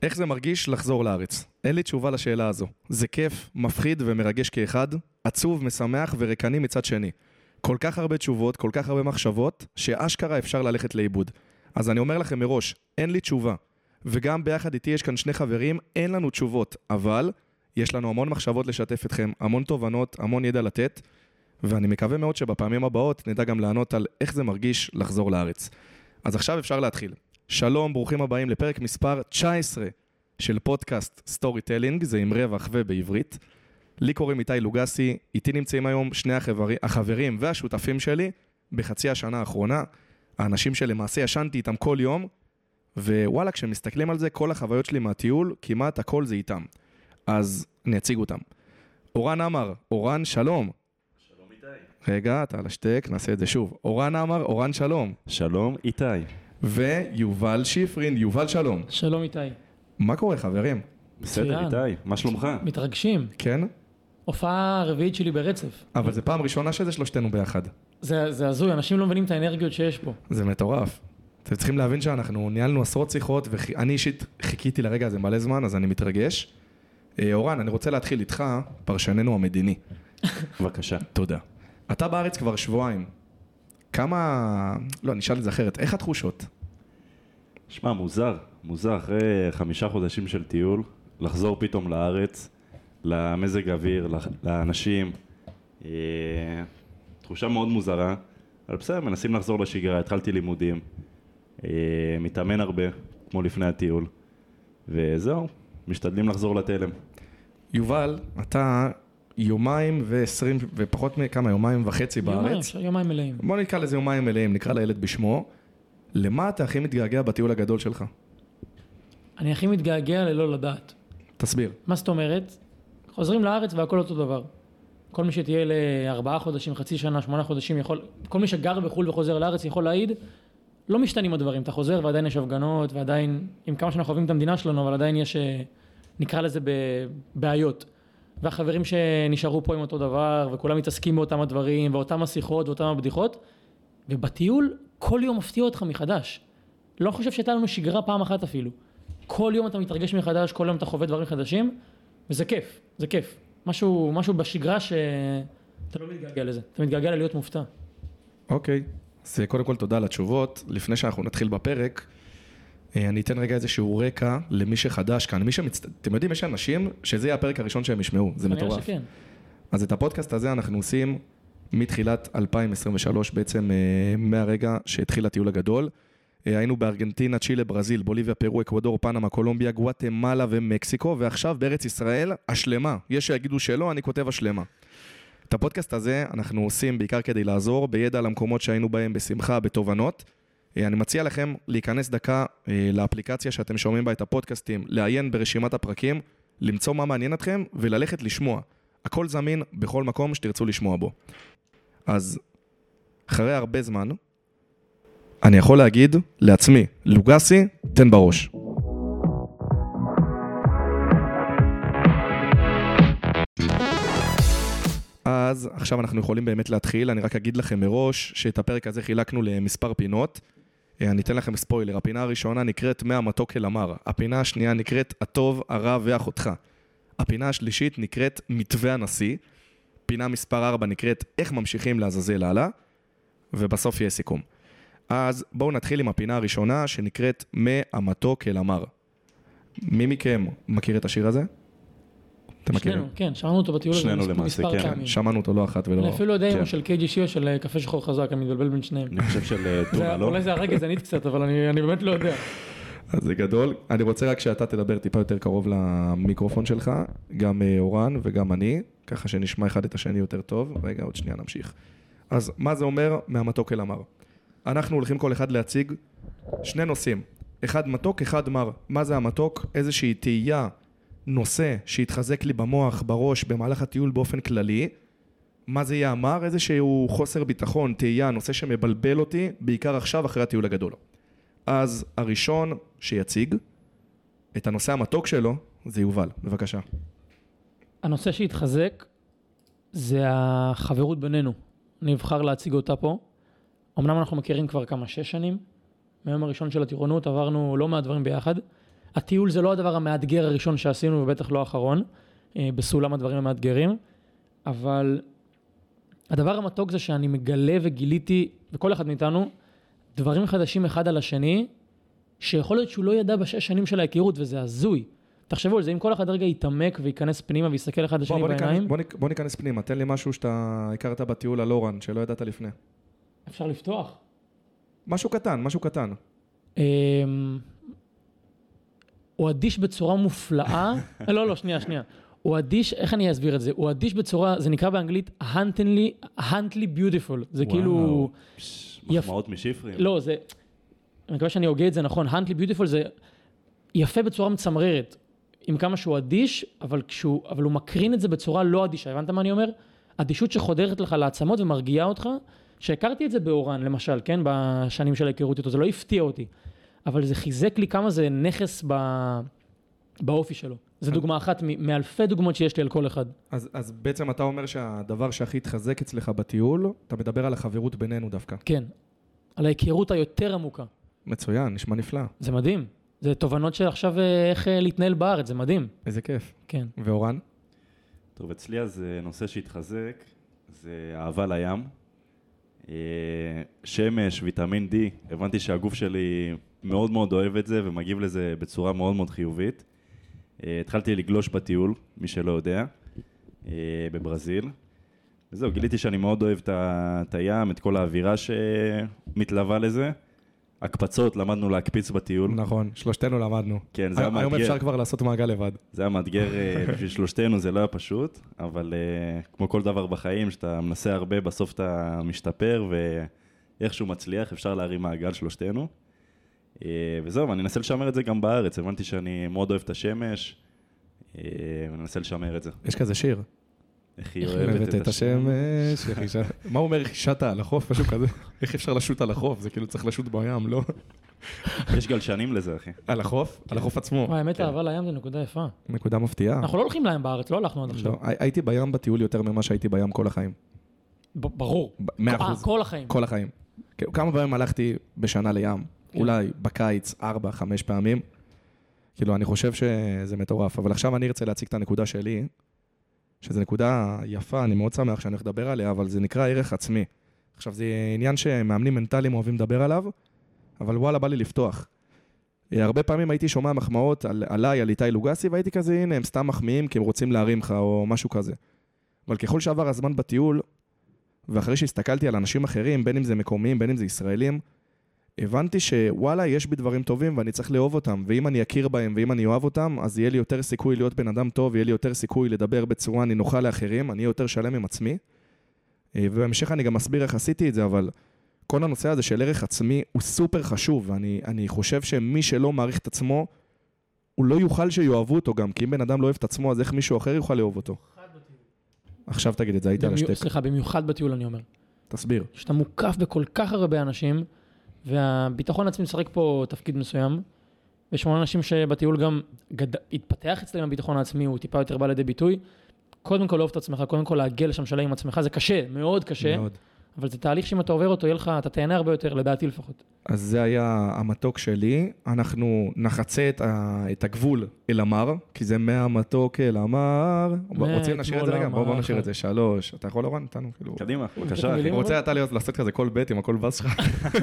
איך זה מרגיש לחזור לארץ? אין לי תשובה לשאלה הזו. זה כיף, מפחיד ומרגש כאחד, עצוב, משמח וריקני מצד שני. כל כך הרבה תשובות, כל כך הרבה מחשבות, שאשכרה אפשר ללכת לאיבוד. אז אני אומר לכם מראש, אין לי תשובה. וגם ביחד איתי יש כאן שני חברים, אין לנו תשובות, אבל יש לנו המון מחשבות לשתף אתכם, המון תובנות, המון ידע לתת, ואני מקווה מאוד שבפעמים הבאות נדע גם לענות על איך זה מרגיש לחזור לארץ. אז עכשיו אפשר להתחיל. שלום, ברוכים הבאים לפרק מספר 19 של פודקאסט סטורי טלינג, זה עם רווח ובעברית. לי קוראים איתי לוגסי, איתי נמצאים היום שני החברים והשותפים שלי בחצי השנה האחרונה, האנשים שלמעשה ישנתי איתם כל יום, ווואלה, כשמסתכלים על זה, כל החוויות שלי מהטיול, כמעט הכל זה איתם. אז אני אציג אותם. אורן אמר, אורן שלום. שלום איתי. רגע, אתה על השתק, נעשה את זה שוב. אורן אמר, אורן שלום. שלום איתי. ויובל שיפרין, יובל שלום. שלום איתי. מה קורה חברים? בסדר איתי, מה שלומך? מתרגשים. כן? הופעה רביעית שלי ברצף. אבל זה פעם ראשונה שזה שלושתנו ביחד. זה הזוי, אנשים לא מבינים את האנרגיות שיש פה. זה מטורף. אתם צריכים להבין שאנחנו ניהלנו עשרות שיחות, ואני אישית חיכיתי לרגע הזה מלא זמן, אז אני מתרגש. אורן, אני רוצה להתחיל איתך, פרשננו המדיני. בבקשה. תודה. אתה בארץ כבר שבועיים. כמה... לא, נשאל את זה אחרת. איך התחושות? שמע, מוזר אחרי 5 חודשים של טיול, לחזור פתאום לארץ, למזג אוויר, לאנשים. תחושה מאוד מוזרה, אבל בסדר, מנסים לחזור לשגרה, התחלתי לימודים, מתאמן הרבה, כמו לפני הטיול, וזהו, משתדלים לחזור לתלם. יובל, אתה יומיים ו20, ופחות מכמה, יומיים וחצי בארץ. יומיים מלאים. בוא נקרא לזה יומיים מלאים, נקרא לילד בשמו. למה אתה הכי מתגעגע בטיול הגדול שלך? אני הכי מתגעגע ללא לדעת. תסביר. מה זאת אומרת? חוזרים לארץ והכל אותו דבר. כל מי שתהיה ל4 חודשים, חצי שנה, 8 חודשים יכול, כל מי שגר בחול וחוזר לארץ יכול להעיד, לא משתנים הדברים. אתה חוזר ועדיין יש הפגנות, ועדיין, עם כמה שאנחנו אוהבים את המדינה שלנו, אבל עדיין יש, נקרא לזה בעיות. והחברים שנשארו פה עם אותו דבר, וכולם מתעסקים באותם הדברים, ואותם השיחות, ואותם הבדיחות, ובטיול כל יום מפתיע אותך מחדש. לא חושב שהייתה לנו שגרה פעם אחת אפילו. כל יום אתה מתרגש מחדש, כל יום אתה חווה דברים חדשים, וזה כיף, זה כיף. משהו בשגרה שאתה לא מתגעגע לזה, אתה מתגעגע להיות מופתע. אוקיי, אז קודם כל תודה על התשובות. לפני שאנחנו נתחיל בפרק, אני אתן רגע איזשהו רקע למי שחדש כאן. אתם יודעים, יש אנשים שזה יהיה הפרק הראשון שהם ישמעו, זה מטורף. שכן. אז את הפודקאסט הזה אנחנו עושים מתחילת 2023, בעצם מהרגע שהתחיל הטיול הגדול. היינו בארגנטינה, צ'ילה, ברזיל, בוליביה, פרו, אקוודור, פנמה, קולומביה, גואטמלה ומקסיקו, ועכשיו בארץ ישראל השלמה. יש שיגידו שלא, אני כותב השלמה. את הפודקאסט הזה אנחנו עושים בעיקר כדי לעזור בידע על המקומות שהיינו בהם בשמחה, בתובנות. אני מציע לכם להיכנס דקה לאפליקציה שאתם שומעים בה את הפודקאסטים, לעיין ברשימת הפרקים, למצוא מה מעניין אתכם וללכת לשמוע. הכל זמין בכל מקום שתרצו לשמוע בו. אז אחרי הרבה זמן, אני יכול להגיד לעצמי, לוגסי, תן בראש. אז עכשיו אנחנו יכולים באמת להתחיל. אני רק אגיד לכם מראש שאת הפרק הזה חילקנו למספר פינות. אני אתן לכם ספוילר. הפינה הראשונה נקראת מהמתוק אל המר. הפינה השנייה נקראת הטוב, הרע ואחותך. הפינה השלישית נקראת מתווה הנשיא. פינה מספר 4 נקראת איך ממשיכים לעזאזל הלאה. ובסוף יהיה סיכום. אז בואו נתחיל עם הפינה הראשונה שנקראת מהמתוק אל המר. מי מכם מכיר את השיר הזה? אתם מכירים? שנינו, כן, שמענו אותו בטיול הזה שנינו למעשה, מספר כן. פעמים. שמענו אותו לא אחת ולא... אני אפילו יודע אם כן. הוא של KGC או של קפה שחור חזק, אני מתבלבל בין שניהם. אני חושב של טונה, לא? אולי זה הרגע זנית קצת, אבל אני באמת לא יודע. אז זה גדול. אני רוצה רק שאתה תדבר טיפה יותר קרוב למיקרופון שלך, גם אורן וגם אני, ככה שנשמע אחד את השני יותר טוב. רגע, עוד שנייה נמשיך. אז מה זה אומר מהמתוק אל המר? אנחנו הולכים כל אחד להציג שני נושאים. אחד מתוק, אחד מר. מה זה המתוק? איזושהי תהייה, נושא שהתחזק לי במוח, בראש, במהלך הטיול באופן כללי. מה זה יהיה המר? איזשהו חוסר ביטחון, תהייה, נושא שמבלבל אותי, בעיקר עכשיו אחרי הטיול הגדול. אז הראשון שיציג את הנושא המתוק שלו, זה יובל. בבקשה. הנושא שהתחזק זה החברות בינינו. אני אבחר להציג אותה פה. אמנם אנחנו מכירים כבר 6 שנים. מהיום הראשון של הטירונות עברנו לא מעט דברים ביחד, הטיול זה לא הדבר המאתגר הראשון שעשינו, ובטח לא האחרון, בסולם הדברים המאתגרים, אבל הדבר המתוק זה שאני מגלה וגיליתי, וכל אחד מאיתנו, דברים חדשים אחד על השני, שיכול להיות שהוא לא ידע בשש שנים של ההיכרות, וזה הזוי. תחשבו על זה, אם כל אחד רגע יתעמק וייכנס פנימה ויסתכל אחד לשני בעיניים. בוא ניכנס פנימה, תן לי משהו שאתה הכרת בטיול על אורן, שלא ידעת לפני. אפשר לפתוח. משהו קטן. הוא אדיש בצורה מופלאה. לא, שנייה. הוא אדיש, איך אני אסביר את זה? הוא אדיש בצורה, זה נקרא באנגלית, huntingly beautiful. זה כאילו... מחמאות משיפרים. לא, זה... אני מקווה שאני הוגה את זה נכון. huntingly beautiful זה יפה בצורה מצמררת. עם כמה שהוא אדיש, אבל הוא מקרין את זה בצורה לא אדישה. הבנת מה אני אומר? אדישות שחודרת לך לעצמות ומרגיעה אותך, שהכרתי את זה באורן, למשל, כן? בשנים של ההיכרות איתו. זה לא הפתיע אותי. אבל זה חיזק לי כמה זה נכס באופי שלו. זו דוגמה אחת מאלפי דוגמאות שיש לי על כל אחד. אז בעצם אתה אומר שהדבר שהכי התחזק אצלך בטיול, אתה מדבר על החברות בינינו דווקא. כן. על ההיכרות היותר עמוקה. מצוין, נשמע נפלא. זה מדהים. זה תובנות של עכשיו איך להתנהל בארץ, זה מדהים. איזה כיף. כן. ואורן? טוב, אצלי אז נושא שהתחזק, זה אהבה לים. שמש, ויטמין D, הבנתי שהגוף שלי מאוד מאוד אוהב את זה ומגיב לזה בצורה מאוד מאוד חיובית. התחלתי לגלוש בטיול, מי שלא יודע, בברזיל. וזהו, גיליתי שאני מאוד אוהב את הים, את כל האווירה שמתלווה לזה. הקפצות, למדנו להקפיץ בטיול. נכון, שלושתנו למדנו. כן, זה המאתגר. היום אפשר כבר לעשות מעגל לבד. זה המאתגר בשביל שלושתנו, זה לא היה פשוט, אבל כמו כל דבר בחיים, שאתה מנסה הרבה, בסוף אתה משתפר, ואיכשהו מצליח, אפשר להרים מעגל שלושתנו. וזהו, אני אנסה לשמר את זה גם בארץ, הבנתי שאני מאוד אוהב את השמש, ואני אנסה לשמר את זה. יש כזה שיר. איך היא אוהבת את השמש. מה הוא אומר, איך שטה על החוף, משהו כזה? איך אפשר לשוט על החוף? זה כאילו צריך לשוט בים, לא? יש גלשנים לזה, אחי. על החוף? על החוף עצמו. האמת, אהבה לים זה נקודה יפה. נקודה מפתיעה. אנחנו לא הולכים לים בארץ, לא הלכנו עד עכשיו. הייתי בים בטיול יותר ממה שהייתי בים כל החיים. ברור. 100%. כל החיים. כל החיים. כמה פעמים הלכתי בשנה לים? אולי בקיץ 4-5 פעמים. כאילו, אני חושב שזה מטורף. אבל עכשיו אני ארצה להציג את הנקודה שלי, שזו נקודה יפה, אני מאוד שמח שאני הולך לדבר עליה, אבל זה נקרא ערך עצמי. עכשיו, זה עניין שמאמנים מנטליים אוהבים לדבר עליו, אבל וואלה, בא לי לפתוח. הרבה פעמים הייתי שומע מחמאות עליי, על איתי לוגסי, והייתי כזה, הנה, הם סתם מחמיאים, כי הם רוצים להרים לך, או משהו כזה. אבל ככל שעבר הזמן בטיול, ואחרי שהסתכלתי על אנשים אחרים, בין אם זה מקומיים, בין אם זה ישראלים, הבנתי שוואלה, יש בי דברים טובים ואני צריך לאהוב אותם, ואם אני אכיר בהם ואם אני אוהב אותם, אז יהיה לי יותר סיכוי להיות בן אדם טוב, יהיה לי יותר סיכוי לדבר בצורה נינוחה לאחרים, אני אהיה יותר שלם עם עצמי. ובהמשך אני גם מסביר איך עשיתי את זה, אבל כל הנושא הזה של ערך עצמי הוא סופר חשוב, ואני חושב שמי שלא מעריך את עצמו, הוא לא יוכל שיואהבו אותו גם, כי אם בן אדם לא אוהב את עצמו, אז איך מישהו אחר יוכל לאהוב אותו? עכשיו תגיד את זה, הייתי על השתק. סליחה, במיוחד בטיול אני אומר. תסביר. שאתה מוקף בכל כך הרבה אנשים, והביטחון עצמי משחק פה תפקיד מסוים, ויש המון אנשים שבטיול גם התפתח אצלם הביטחון העצמי, הוא טיפה יותר בא לידי ביטוי. קודם כל לאהוב את עצמך, קודם כל להגיע לשם שלם עם עצמך, זה קשה, מאוד קשה, מאוד. אבל זה תהליך שאם אתה עובר אותו, יהיה לך, אתה תהנה הרבה יותר, לדעתי לפחות. אז זה היה המתוק שלי, אנחנו נחצה את הגבול אל המר, כי זה מהמתוק אל המר. רוצים נשאיר את זה רגע? בוא נשאיר את זה 3. אתה יכול לורן? איתנו? קדימה, בבקשה. הוא רוצה אתה לעשות כזה כל בית עם הכל בס שלך.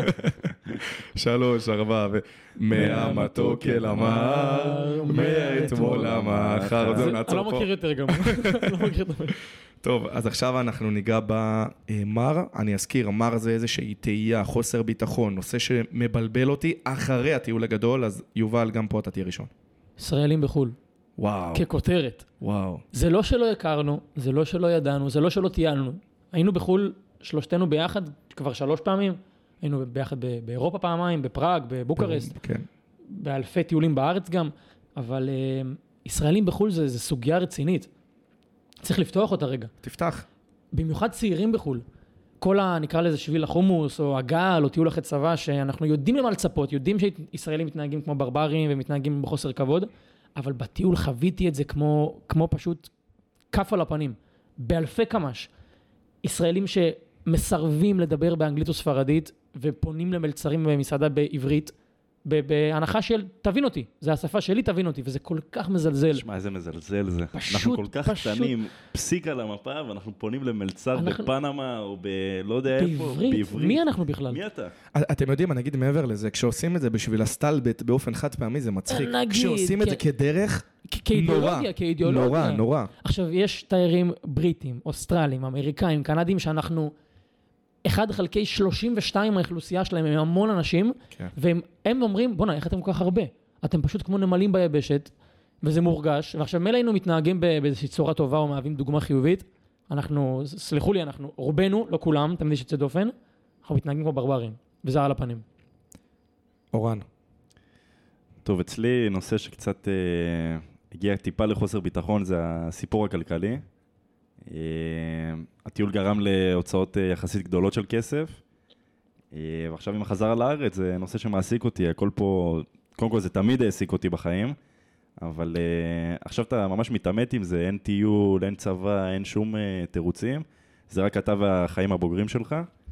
3, 4 מהמתוק אל המר, מאתמול למחר. אני לא מכיר יותר גם. טוב, אז עכשיו אנחנו ניגע במר. אני אזכיר, מר זה איזושהי תהייה, חוסר ביטחון, נושא שמבלבל אותי אחרי הטיול הגדול, אז יובל, גם פה אתה תהיה ראשון. ישראלים בחול. וואו. ככותרת. וואו. זה לא שלא הכרנו, זה לא שלא ידענו, זה לא שלא טיילנו. היינו בחול, שלושתנו ביחד, כבר 3 פעמים. היינו ביחד באירופה פעמיים, בפראג, בבוקרסט. כן. באלפי טיולים בארץ גם. אבל ישראלים בחול זה סוגיה רצינית. צריך לפתוח אותה רגע. תפתח. במיוחד צעירים בחול. נקרא לזה שביל החומוס, או הגל, או טיול אחרי צבא, שאנחנו יודעים למה לצפות, יודעים שישראלים מתנהגים כמו ברברים, ומתנהגים בחוסר כבוד, אבל בטיול חוויתי את זה כמו פשוט כף על הפנים. באלפי קמ"ש. ישראלים שמסרבים לדבר באנגלית או ספרדית, ופונים למלצרים במסעדה בעברית, בהנחה של, תבין אותי, זה השפה שלי, תבין אותי, וזה כל כך מזלזל. שמע, איזה מזלזל זה. פשוט, אנחנו כל כך פשוט. קטנים, פסיק על המפה, ואנחנו פונים למלצר בפנמה, או לא יודע איפה. בעברית. מי אנחנו בכלל? מי אתה? אתם יודעים, אני אגיד מעבר לזה, כשעושים את זה בשביל הסטלבט באופן חד פעמי, זה מצחיק. נגיד, כשעושים את זה כדרך, כאידיאולוגיה. נורא, נורא. עכשיו, יש תיירים בריטים, אוסטרלים, אמריקאים, קנדים, שאנחנו 1/32 האוכלוסייה שלהם, הם המון אנשים, כן. והם אומרים, בוא'נה, איך אתם כל כך הרבה? אתם פשוט כמו נמלים ביבשת, וזה מורגש, ועכשיו מילא היינו מתנהגים באיזושהי צורה טובה, או מהווים דוגמה חיובית, אנחנו, סלחו לי, אנחנו, רובנו, לא כולם, תמיד יש יוצא דופן, אנחנו מתנהגים כמו ברברים, וזה על הפנים. אורן. טוב, אצלי נושא שקצת הגיע טיפה לחוסר ביטחון, זה הסיפור הכלכלי. הטיול גרם להוצאות יחסית גדולות של כסף, ועכשיו עם החזרה לארץ זה נושא שמעסיק אותי, הכל פה, קודם כל זה תמיד העסיק אותי בחיים, אבל עכשיו אתה ממש מתאמת עם זה, אין טיול, אין צבא, אין שום תירוצים, זה רק אתה והחיים הבוגרים שלך,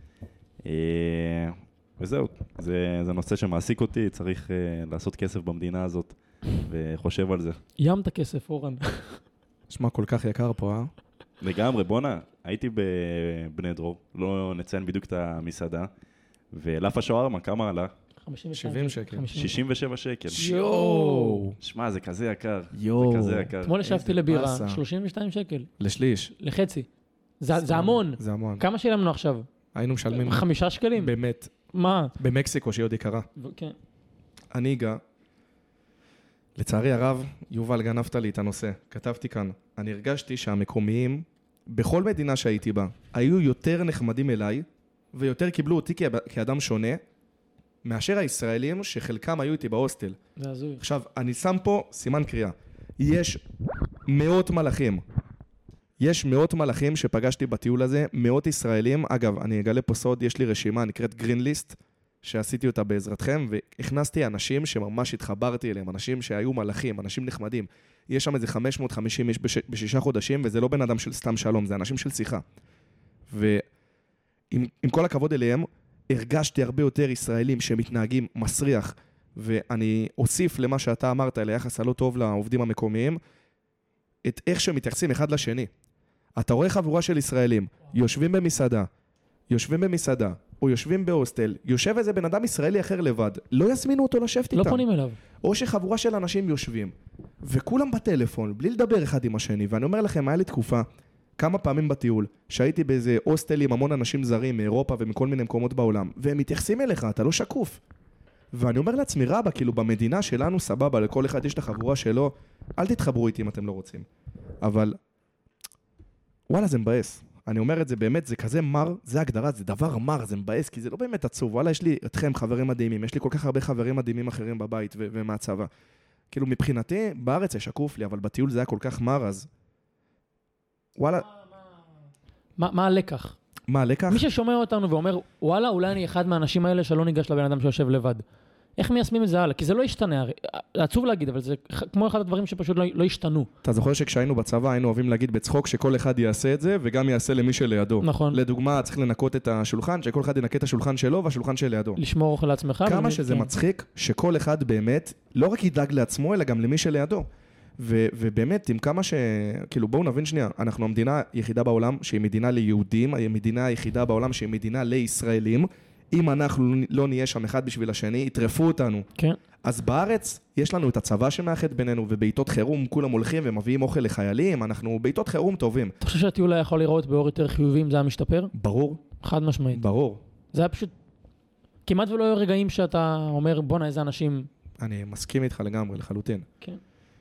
וזהו, זה נושא שמעסיק אותי, צריך לעשות כסף במדינה הזאת, וחושב על זה. ימת כסף, אורן. שמע, כל כך יקר פה, אה? לגמרי, בונה, הייתי בבני דרור, לא נציין בדיוק את המסעדה, ולאפה שווארמה, כמה עלה? 70 שקל. 67 שקל. יואו. שמע, זה כזה יקר. יואו. זה כזה יקר. אתמול ישבתי לבירה, 32 שקל. לשליש. לחצי. זה המון. זה המון. כמה שילמנו עכשיו? היינו משלמים. 5 שקלים? באמת. מה? במקסיקו, שהיא עוד יקרה. כן. אני אגע. לצערי הרב, יובל, גנבת לי את הנושא. כתבתי כאן, אני הרגשתי שהמקומיים, בכל מדינה שהייתי בה, היו יותר נחמדים אליי, ויותר קיבלו אותי כאדם שונה, מאשר הישראלים שחלקם היו איתי בהוסטל. זה הזוי. עכשיו, אני שם פה סימן קריאה. יש מאות מלאכים. יש מאות מלאכים שפגשתי בטיול הזה, מאות ישראלים. אגב, אני אגלה פה סוד, יש לי רשימה, נקראת גרינליסט, שעשיתי אותה בעזרתכם, והכנסתי אנשים שממש התחברתי אליהם, אנשים שהיו מלאכים, אנשים נחמדים. יש שם איזה 550 איש ב6 חודשים, וזה לא בן אדם של סתם שלום, זה אנשים של שיחה. ועם כל הכבוד אליהם, הרגשתי הרבה יותר ישראלים שמתנהגים מסריח, ואני אוסיף למה שאתה אמרת, ליחס הלא טוב לעובדים המקומיים, את איך שמתייחסים אחד לשני. אתה רואה חבורה של ישראלים, יושבים במסעדה, או יושבים בהוסטל, יושב איזה בן אדם ישראלי אחר לבד, לא יזמינו אותו לשבת איתם. לא פונים אליו. או שחבורה של אנשים יושבים, וכולם בטלפון, בלי לדבר אחד עם השני, ואני אומר לכם, היה לי תקופה, כמה פעמים בטיול, שהייתי באיזה הוסטל עם המון אנשים זרים מאירופה ומכל מיני מקומות בעולם, והם מתייחסים אליך, אתה לא שקוף. ואני אומר לעצמי, רבא, כאילו במדינה שלנו סבבה, לכל אחד יש את החבורה שלו, אל תתחברו איתי אם אתם לא רוצים. אבל, וואלה, זה מבאס. אני אומר את זה באמת, זה כזה מר, זה הגדרה, זה דבר מר, זה מבאס, כי זה לא באמת עצוב. וואלה, יש לי אתכם חברים מדהימים, יש לי כל כך הרבה חברים מדהימים אחרים בבית ומהצבא. כאילו מבחינתי, בארץ זה שקוף לי, אבל בטיול זה היה כל כך מר, אז... וואלה... מה הלקח? מה הלקח? מי ששומע אותנו ואומר, וואלה, אולי אני אחד מהאנשים האלה שלא ניגש לבן אדם שיושב לבד. איך מיישמים את זה הלאה? כי זה לא ישתנה, עצוב להגיד, אבל זה כמו אחד הדברים שפשוט לא ישתנו. אתה זוכר שכשהיינו בצבא היינו אוהבים להגיד בצחוק שכל אחד יעשה את זה וגם יעשה למי שלידו. נכון. לדוגמה, צריך לנקות את השולחן, שכל אחד ינקה את השולחן שלו והשולחן שלידו. לשמור אוכל לעצמך. כמה שזה מצחיק שכל אחד באמת לא רק ידאג לעצמו, אלא גם למי שלידו. ובאמת, עם כמה כאילו בואו נבין שנייה, אנחנו המדינה היחידה בעולם שהיא מדינה ליהודים, המדינה היחידה בעולם שהיא מדינה לישראלים. אם אנחנו לא נהיה שם אחד בשביל השני, יטרפו אותנו. כן. אז בארץ יש לנו את הצבא שמאחד בינינו, ובעיתות חירום כולם הולכים ומביאים אוכל לחיילים, אנחנו בעיתות חירום טובים. אתה חושב שהטיול היה יכול לראות באור יותר חיובי אם זה היה משתפר? ברור. חד משמעית. ברור. זה היה פשוט, כמעט ולא היו רגעים שאתה אומר, בונה, איזה אנשים... אני מסכים איתך לגמרי, לחלוטין. כן.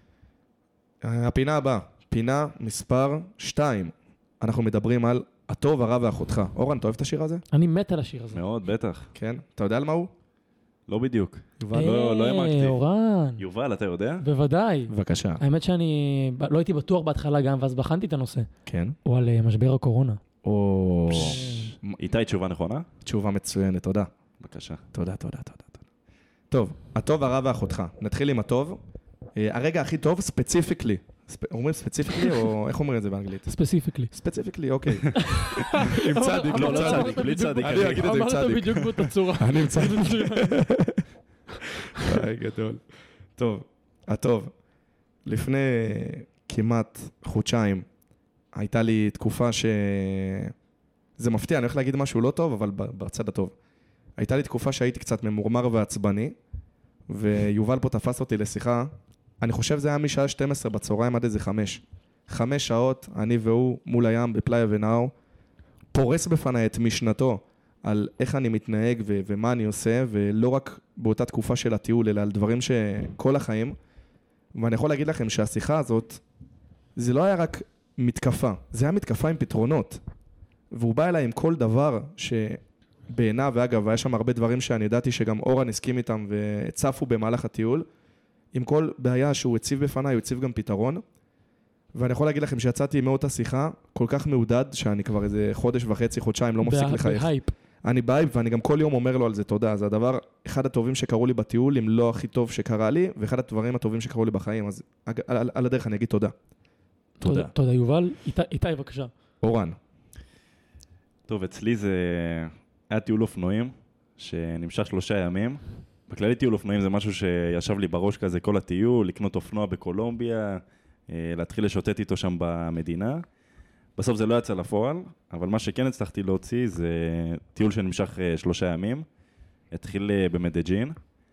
הפינה הבאה, פינה מספר 2. אנחנו מדברים על הטוב, הרע ואחותך. אורן, אתה אוהב את השיר הזה? אני מת על השיר הזה. מאוד, בטח. כן. אתה יודע על מה הוא? לא בדיוק. יובל, לא העמקתי. אורן. יובל, אתה יודע? בוודאי. בבקשה. האמת שאני לא הייתי בטוח בהתחלה גם, ואז בחנתי את הנושא. כן. הוא על משבר הקורונה. או... איתי, תשובה נכונה? תשובה מצוינת, תודה. בבקשה. תודה. טוב, הטוב, הרע ואחותך. נתחיל עם הטוב. הרגע הכי טוב, ספציפיקלי. אומרים ספציפיקלי, או איך אומרים את זה באנגלית? ספציפיקלי. ספציפיקלי, אוקיי. עם צדיק, לא צדיק, בלי צדיק. אני אגיד את זה עם אמרת צדיק. בדיוק באותה צורה. אני עם צדיק. וואי, גדול. טוב, הטוב. לפני כמעט חודשיים, הייתה לי תקופה זה מפתיע, אני הולך להגיד משהו לא טוב, אבל בצד הטוב. הייתה לי תקופה שהייתי קצת ממורמר ועצבני, ויובל פה תפס אותי לשיחה. אני חושב זה היה משעה 12 בצהריים עד איזה 5. 5 שעות, אני והוא מול הים בפלאיה ונאו, פורס בפני את משנתו על איך אני מתנהג ומה אני עושה, ולא רק באותה תקופה של הטיול, אלא על דברים שכל החיים. ואני יכול להגיד לכם שהשיחה הזאת, זה לא היה רק מתקפה, זה היה מתקפה עם פתרונות. והוא בא אליי עם כל דבר שבעיניו, ואגב, היה שם הרבה דברים שאני ידעתי שגם אורן הסכים איתם והצפו במהלך הטיול, עם כל בעיה שהוא הציב בפניי, הוא הציב גם פתרון. ואני יכול להגיד לכם שיצאתי מאותה שיחה כל כך מעודד, שאני כבר איזה חודש וחצי, חודשיים לא מפסיק לחייך. בהייפ. אני בהייפ, ואני גם כל יום אומר לו על זה תודה. זה הדבר, אחד הטובים שקראו לי בטיול, אם לא הכי טוב שקרה לי, ואחד הדברים הטובים שקראו לי בחיים. אז על הדרך אני אגיד תודה. תודה. תודה, יובל. איתי, בבקשה. אורן. טוב, אצלי זה היה טיול אופנועים, שנמשך 3 ימים. בכללי טיול אופנועים זה משהו שישב לי בראש כזה כל הטיול, לקנות אופנוע בקולומביה, להתחיל לשוטט איתו שם במדינה. בסוף זה לא יצא לפועל, אבל מה שכן הצלחתי להוציא זה טיול שנמשך 3 ימים. התחיל במדג'ין,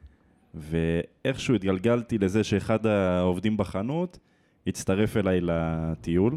ואיכשהו התגלגלתי לזה שאחד העובדים בחנות הצטרף אליי לטיול.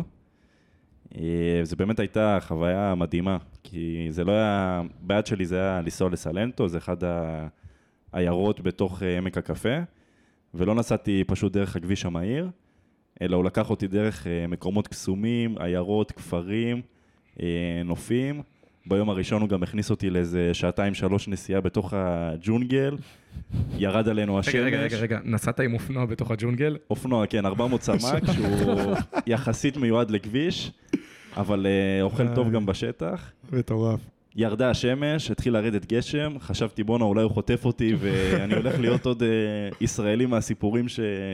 זה באמת הייתה חוויה מדהימה, כי זה לא היה, בעד שלי זה היה לנסוע לסלנטו, זה אחד העיירות בתוך עמק הקפה, ולא נסעתי פשוט דרך הכביש המהיר, אלא הוא לקח אותי דרך מקומות קסומים, עיירות, כפרים, נופים. ביום הראשון הוא גם הכניס אותי לאיזה 2-3 נסיעה בתוך הג'ונגל, ירד עלינו השמש. רגע, נסעת עם אופנוע בתוך הג'ונגל? אופנוע, כן, 400 סמ"ק, שהוא יחסית מיועד לכביש, אבל אוכל טוב גם בשטח. מטורף. ירדה השמש, התחיל לרדת גשם, חשבתי בונה, אולי הוא חוטף אותי, ואני הולך להיות עוד ישראלי מהסיפורים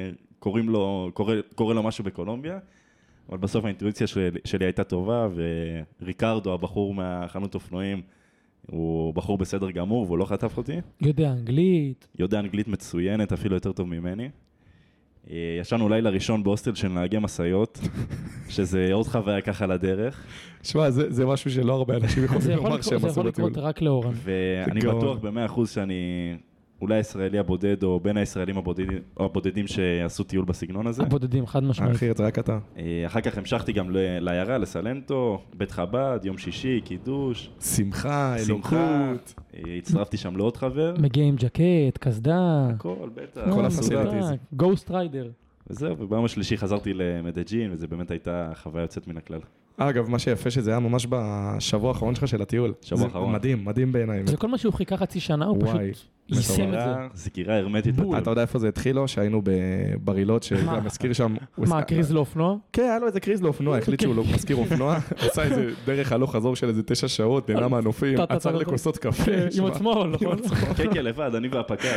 שקורא לו משהו בקולומביה, אבל בסוף האינטואיציה שלי הייתה טובה, וריקרדו, הבחור מהחנות אופנועים, הוא בחור בסדר גמור, והוא לא חטף אותי. יודע אנגלית. יודע אנגלית מצוינת, אפילו יותר טוב ממני. ישנו לילה ראשון בהוסטל של נהגי מסעיות, שזה עוד חוויה ככה לדרך. שמע, זה משהו שלא הרבה אנשים יכולים לומר שהם עשו בטיול. זה יכול לקרות רק לאורן. ואני בטוח ב100% שאני אולי הישראלי הבודד, או בין הישראלים הבודדים שעשו טיול בסגנון הזה. הבודדים, חד משמעית. אחי, זה רק אתה. אחר כך המשכתי גם לעיירה, לסלנטו, בית חב"ד, יום שישי, קידוש. שמחה, אלוקות. הצטרפתי שם לעוד חבר. מגיע עם ג'קט, קסדה. הכל, בטח. כל הפסיליטיז. גוסט ריידר. וזהו, וביום השלישי חזרתי למדג'ין, וזה באמת הייתה חוויה יוצאת מן הכלל. אגב, מה שיפה שזה היה ממש בשבוע האחרון שלך של הטיול. שבוע האחרון. מדהים, מדהים בעיניי. זה כל מה שהוא חיכה חצי שנה, הוא פשוט יישם את זה. סגירה הרמטית. אתה יודע איפה זה התחיל לו? שהיינו בברילות, שגם הזכיר שם... מה, קריז לאופנוע? כן, היה לו איזה קריז לאופנוע, החליט שהוא לא מזכיר אופנוע, עשה איזה דרך הלוך חזור של איזה 9 שעות, נהנה מהנופים, עצר לכוסות קפה. עם עצמו, נכון? כן, לבד, אני והפקל.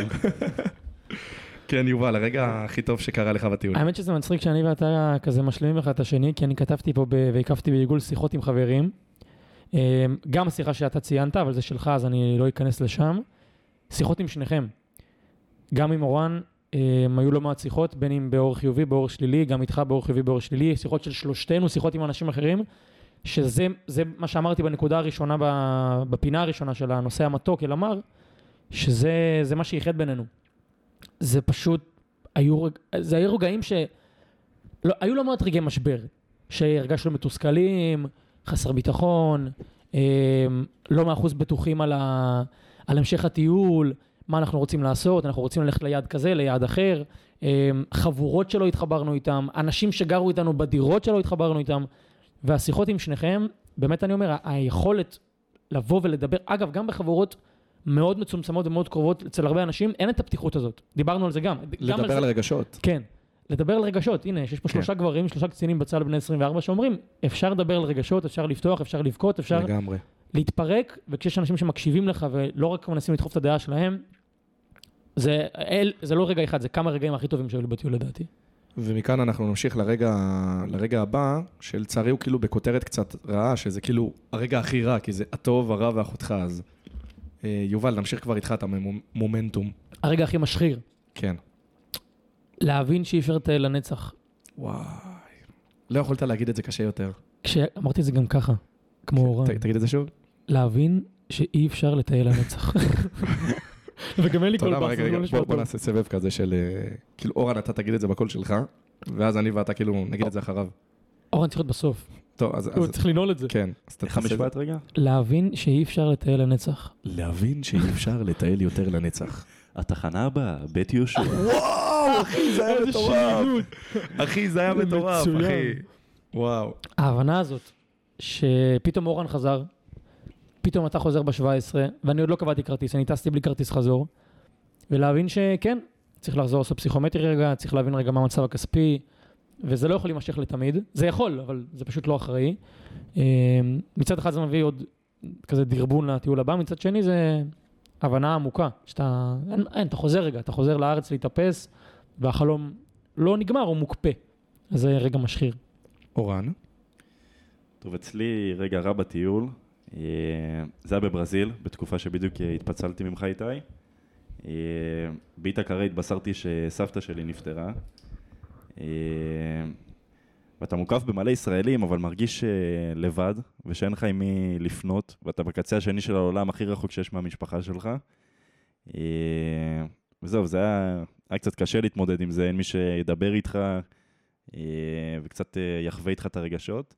כן, יובל, הרגע הכי טוב שקרה לך בטיול. האמת שזה מצחיק שאני ואתה כזה משלימים אחד את השני, כי אני כתבתי פה והקפתי בעיגול שיחות עם חברים. גם השיחה שאתה ציינת, אבל זה שלך, אז אני לא אכנס לשם. שיחות עם שניכם. גם עם אורן, היו לא מעט שיחות, בין אם באור חיובי, באור שלילי, גם איתך באור חיובי, באור שלילי, שיחות של שלושתנו, שיחות עם אנשים אחרים, שזה מה שאמרתי בנקודה הראשונה, בפינה הראשונה של הנושא המתוק, אל אמר, שזה מה שייחד בינינו. זה פשוט, זה היו רגעים היו לא מעט רגעי משבר, שהרגשנו מתוסכלים, חסר ביטחון, לא 100% בטוחים על המשך הטיול, מה אנחנו רוצים לעשות, אנחנו רוצים ללכת ליעד כזה, ליעד אחר, חבורות שלא התחברנו איתם, אנשים שגרו איתנו בדירות שלא התחברנו איתם, והשיחות עם שניכם, באמת אני אומר, היכולת לבוא ולדבר, אגב, גם בחבורות מאוד מצומצמות ומאוד קרובות אצל הרבה אנשים, אין את הפתיחות הזאת. דיברנו על זה גם. לדבר על רגשות. כן, לדבר על רגשות. הנה, יש פה 3 גברים, 3 קצינים בצה"ל בני 24 שאומרים, אפשר לדבר על רגשות, אפשר לפתוח, אפשר לבכות, אפשר לגמרי. להתפרק, וכשיש אנשים שמקשיבים לך ולא רק מנסים לדחוף את הדעה שלהם, זה לא רגע אחד, זה כמה רגעים הכי טובים שהיו לי בטיול לדעתי. ומכאן אנחנו נמשיך לרגע הבא, שלצערי הוא כאילו בכותרת קצת רעה, שזה כאילו הרגע הכי רע, כי זה הטוב, הרע ואחותך. אז יובל, נמשיך כבר איתך את המומנטום. הרגע הכי משחיר. כן. להבין שאי אפשר לטייל לנצח. וואי. לא יכולת להגיד את זה קשה יותר. כשאמרתי את זה גם ככה, כמו אורן. תגיד את זה שוב. להבין שאי אפשר לטייל לנצח. וגם אין לי כל פעם. בוא נעשה סבב כזה של, כאילו אורן אתה תגיד את זה בקול שלך, ואז אני ואתה כאילו נגיד את זה אחריו. אורן צריך להיות בסוף. טוב, אז... הוא צריך לנעול את זה. כן. איך המשפט רגע? להבין שאי אפשר לטייל לנצח. להבין שאי אפשר לטייל יותר לנצח. התחנה הבאה, בית יהושע. וואו, אחי, זה היה מטורף. אחי, זה היה מטורף, אחי. וואו. ההבנה הזאת, שפתאום אורן חזר, פתאום אתה חוזר ב-17, ואני עוד לא קבעתי כרטיס, אני טסתי בלי כרטיס חזור, ולהבין שכן, צריך לחזור לעשות פסיכומטרי רגע, צריך להבין רגע מה המצב הכספי, וזה לא יכול להימשך לתמיד. זה יכול, אבל זה פשוט לא אחראי. מצד אחד זה מביא עוד כזה דרבון לטיול הבא, מצד שני זה הבנה עמוקה, שאתה, אתה חוזר רגע, אתה חוזר לארץ להתאפס, והחלום לא נגמר, הוא מוקפא. אז זה רגע משחיר. אורן? טוב, אצלי רגע רע בטיול. זה היה בברזיל, בתקופה שבדיוק התפצלתי ממך איתי. באיתקרה התבשרתי שסבתא שלי נפטרה. ואתה מוקף במלא ישראלים, אבל מרגיש לבד, ושאין לך עם מי לפנות, ואתה בקצה השני של העולם הכי רחוק שיש מהמשפחה שלך. וזהו, זה היה קצת קשה להתמודד עם זה, אין מי שידבר איתך, וקצת יחווה איתך את הרגשות.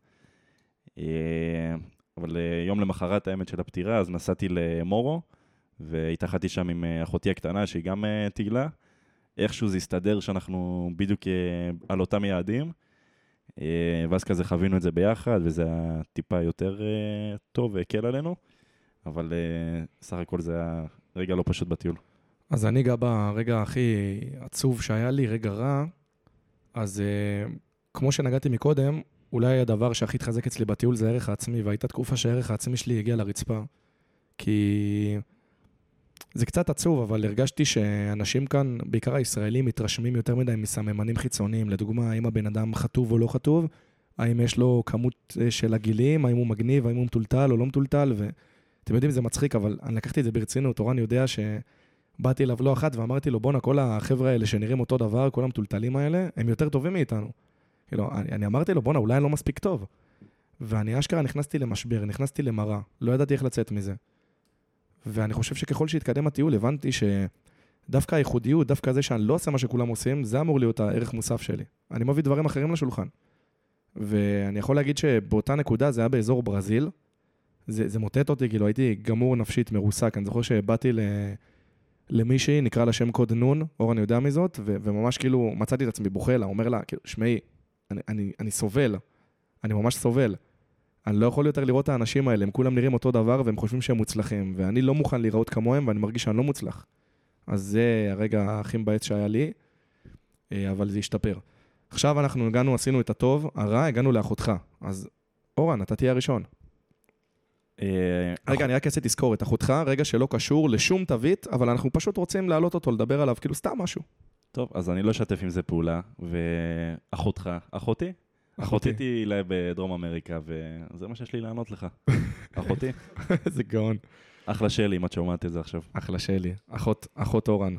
אבל יום למחרת האמת של הפטירה, אז נסעתי למורו, והתאחדתי שם עם אחותי הקטנה, שהיא גם תגלה. איכשהו זה הסתדר שאנחנו בדיוק על אותם יעדים, ואז כזה חווינו את זה ביחד, וזה היה טיפה יותר טוב והקל עלינו, אבל סך הכל זה היה רגע לא פשוט בטיול. אז אני אגע ברגע הכי עצוב שהיה לי, רגע רע, אז כמו שנגעתי מקודם, אולי הדבר שהכי התחזק אצלי בטיול זה הערך העצמי, והייתה תקופה שהערך העצמי שלי הגיע לרצפה, כי זה קצת עצוב, אבל הרגשתי שאנשים כאן, בעיקר הישראלים, מתרשמים יותר מדי מסממנים חיצוניים. לדוגמה, האם הבן אדם חטוב או לא חטוב, האם יש לו כמות של הגילים, האם הוא מגניב, האם הוא מטולטל או לא מטולטל, ואתם יודעים, זה מצחיק, אבל אני לקחתי את זה ברצינות. אורן יודע שבאתי אליו לא אחת ואמרתי לו, בונה, כל החבר'ה האלה שנראים אותו דבר, כל המטולטלים האלה, הם יותר טובים מאיתנו. כאילו, אני אמרתי לו, בונה, אולי אני לא מספיק טוב. ואני אשכרה נכנסתי למשבר, נכנסתי למראה, לא ידעתי איך לצאת מזה. ואני חושב שככל שהתקדם הטיול, הבנתי שדווקא הייחודיות, דווקא זה שאני לא עושה מה שכולם עושים, זה אמור להיות הערך מוסף שלי. אני מביא דברים אחרים לשולחן. ואני יכול להגיד שבאותה נקודה, זה היה באזור ברזיל, זה מוטט אותי, כאילו הייתי גמור נפשית, מרוסק. אני זוכר שבאתי למישהי, נקרא לה שם קוד נון, אורן יודע מזאת, וממש כאילו מצאתי את עצמי בוכה לה, אומר לה, כאילו, שמעי, אני סובל, אני ממש סובל. אני לא יכול יותר לראות את האנשים האלה, הם כולם נראים אותו דבר והם חושבים שהם מוצלחים, ואני לא מוכן לראות כמוהם ואני מרגיש שאני לא מוצלח. אז זה הרגע הכי מבאס שהיה לי, אבל זה השתפר. עכשיו אנחנו הגענו, עשינו את הטוב, הרע, הגענו לאחותך. אז אורן, אתה תהיה הראשון. רגע, אני רק אעשה תזכורת, אחותך, רגע שלא קשור לשום תווית, אבל אנחנו פשוט רוצים להעלות אותו, לדבר עליו, כאילו סתם משהו. טוב, אז אני לא אשתף עם זה פעולה, ואחותך, אחותי? אחותי תהיה בדרום אמריקה, וזה מה שיש לי לענות לך. אחותי. זה גאון. אחלה שלי, אם את שומעת את זה עכשיו. אחלה שלי, אחות אורן.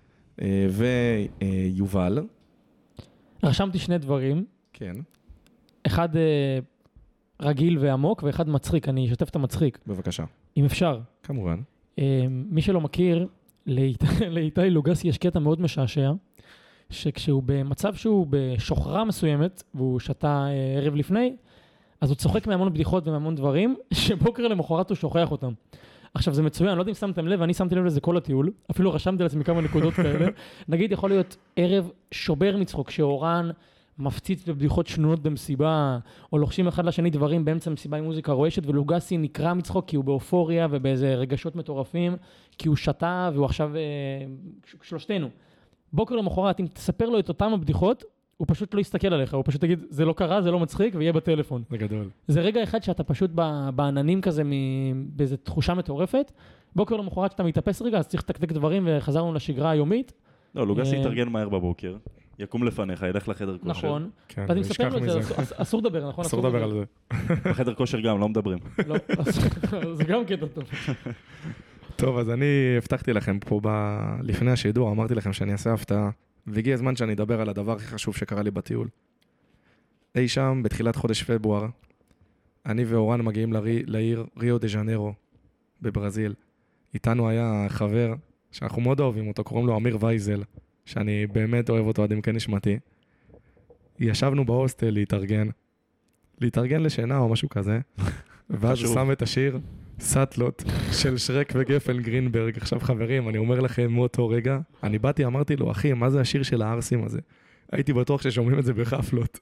ויובל. רשמתי שני דברים. כן. אחד רגיל ועמוק, ואחד מצחיק. אני אשתף את המצחיק. בבקשה. אם אפשר. כמובן. מי שלא מכיר, לאיתי לוגסי יש קטע מאוד משעשע, שכשהוא במצב שהוא בשוחרה מסוימת, והוא שתה ערב לפני, אז הוא צוחק מהמון בדיחות ומהמון דברים, שבוקר למחרת הוא שוכח אותם. עכשיו זה מצוין, אני לא יודע אם שמתם לב, אני שמתי לב לזה כל הטיול, אפילו רשמתי לעצמי כמה נקודות כאלה. נגיד יכול להיות ערב שובר מצחוק, שאורן מפציץ בבדיחות שנונות במסיבה, או לוחשים אחד לשני דברים באמצע מסיבה עם מוזיקה רועשת, ולוגסי נקרא מצחוק כי הוא באופוריה ובאיזה רגשות מטורפים, כי הוא שתה והוא עכשיו שלושתנו. בוקר למחרת, אם תספר לו את אותם הבדיחות, הוא פשוט לא יסתכל עליך, הוא פשוט תגיד, זה לא קרה, זה לא מצחיק, ויהיה בטלפון. זה גדול. זה רגע אחד שאתה פשוט בעננים כזה, באיזו תחושה מטורפת. בוקר למחרת שאתה מתאפס רגע, אז צריך לתקתק דברים, וחזרנו לשגרה היומית. לא, לוגסי יתארגן מהר בבוקר, יקום לפניך, ילך לחדר כושר. נכון. ואתה מספר לו את זה, אסור לדבר, נכון? אסור לדבר על זה. בחדר כושר גם, לא מדברים. לא, זה גם קטע טוב. טוב, אז אני הבטחתי לכם פה לפני השידור, אמרתי לכם שאני אעשה הפתעה, והגיע הזמן שאני אדבר על הדבר הכי חשוב שקרה לי בטיול. אי שם, בתחילת חודש פברואר, אני ואורן מגיעים לעיר ריו דה ז'נרו, בברזיל. איתנו היה חבר, שאנחנו מאוד אוהבים אותו, קוראים לו אמיר וייזל, שאני באמת אוהב אותו עד עמקי נשמתי. ישבנו בהוסטל להתארגן לשינה או משהו כזה, ואז הוא שם את השיר סאטלות של שרק וגפן גרינברג. עכשיו חברים, אני אומר לכם מאותו רגע, אני באתי, אמרתי לו, אחי, מה זה השיר של הארסים הזה? הייתי בטוח ששומעים את זה בחפלות.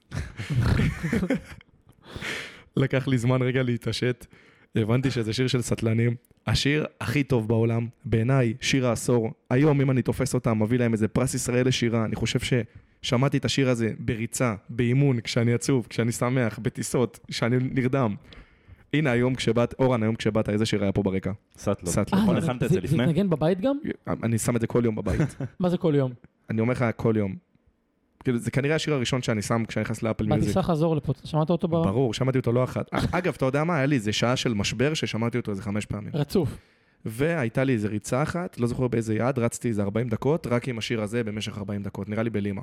לקח לי זמן רגע להתעשת, הבנתי שזה שיר של סטלנים, השיר הכי טוב בעולם, בעיניי שיר העשור. היום אם אני תופס אותם, מביא להם איזה פרס ישראל לשירה, אני חושב ששמעתי את השיר הזה בריצה, באימון, כשאני עצוב, כשאני שמח, בטיסות, כשאני נרדם. הנה היום אורן, היום כשבאת, איזה שיר היה פה ברקע? סאטלות. נכון, הכנת את זה לפני? זה התנגן בבית גם? אני שם את זה כל יום בבית. מה זה כל יום? אני אומר לך כל יום. זה כנראה השיר הראשון שאני שם כשאני נכנס לאפל מיוזיק. בטיסה חזור לפה, שמעת אותו ברור, שמעתי אותו לא אחת. אגב, אתה יודע מה? היה לי איזה שעה של משבר ששמעתי אותו איזה 5 פעמים. רצוף. והייתה לי איזה ריצה אחת, לא זוכר באיזה יעד, רצתי איזה 40 דקות, רק עם השיר הזה במשך 40 דקות. נראה לי בלימה.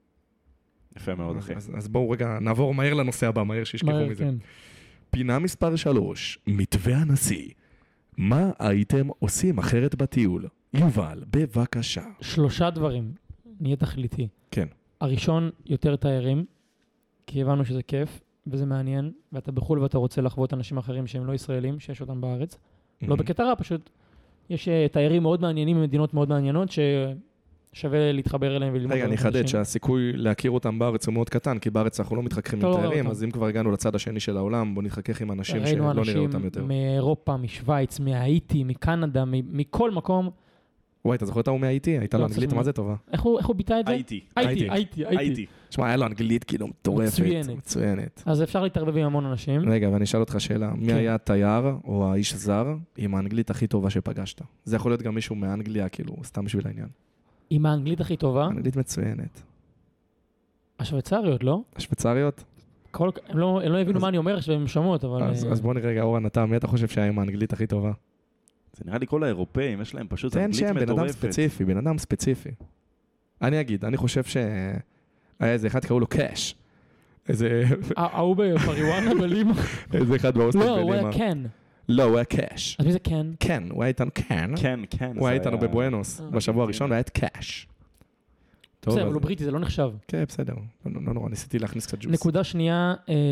יפה מאוד, אחי. אז בואו רגע, נעבור מהר לנושא הבא, מהר שישכחו מזה. פינה מספר 3, מתווה הנשיא. מה הייתם עושים אחרת בטיול? יובל, בבקשה. 3 דברים, נהיה תכליתי. כן. הראשון, יותר תיירים, כי הבנו שזה כיף, וזה מעניין, ואתה בחול ואתה רוצה לחוות אנשים אחרים שהם לא ישראלים, שיש אותם בארץ. לא בקטע רע, פשוט יש תיירים מאוד מעניינים ממדינות מאוד מעניינות, ששווה להתחבר אליהם וללמוד. רגע, אני אחדד שהסיכוי להכיר אותם בארץ הוא מאוד קטן, כי בארץ אנחנו לא מתחככים עם תיירים, אז אם כבר הגענו לצד השני של העולם, בוא נתחכך עם אנשים שלא נראה אותם יותר. ראינו אנשים מאירופה, משוויץ, מהאיטי, מקנדה, מכל מקום. וואי, אתה זוכר את הוא מהאיטי? הייתה לו אנגלית, מה זה טובה? איך הוא ביטא את זה? הייתי. תשמע, היה לו אנגלית כאילו מטורפת. מצוינת. אז אפשר להתערבב עם המון אנשים. רגע, ואני אשאל אותך שאלה, מי היה התייר או האיש זר עם האנגלית הכי טובה שפגשת? זה יכול להיות גם מישהו מאנגליה, כאילו, סתם בשביל העניין. עם האנגלית הכי טובה? אנגלית מצוינת. השוויצריות, לא? השוויצריות? הם לא הבינו מה אני אומר כשהם שומעות, אבל... אז בוא נראה רגע, אורן, אתה, מי אתה חושב שהיה עם האנגלית הכי טובה? זה נראה לי כל האירופאים, יש להם פשוט תן אנגלית שם, מטורפת. בן אדם ספציפי. אני אגיד, אני חושב שהיה איזה אחד קראו לו קאש. איזה... הוא בפריוואנה בלימה? איזה אחד בהוסטל בלימה. לא, הוא היה קן. לא, הוא היה קאש. אז מי זה קן? קן, הוא היה איתנו קן. כן. הוא היה איתנו בבואנוס, בשבוע הראשון, והיה את קאש. בסדר, אבל הוא בריטי, זה לא נחשב. כן, בסדר. לא נורא, ניסיתי להכניס קצת ג'וס. נקודה שנייה,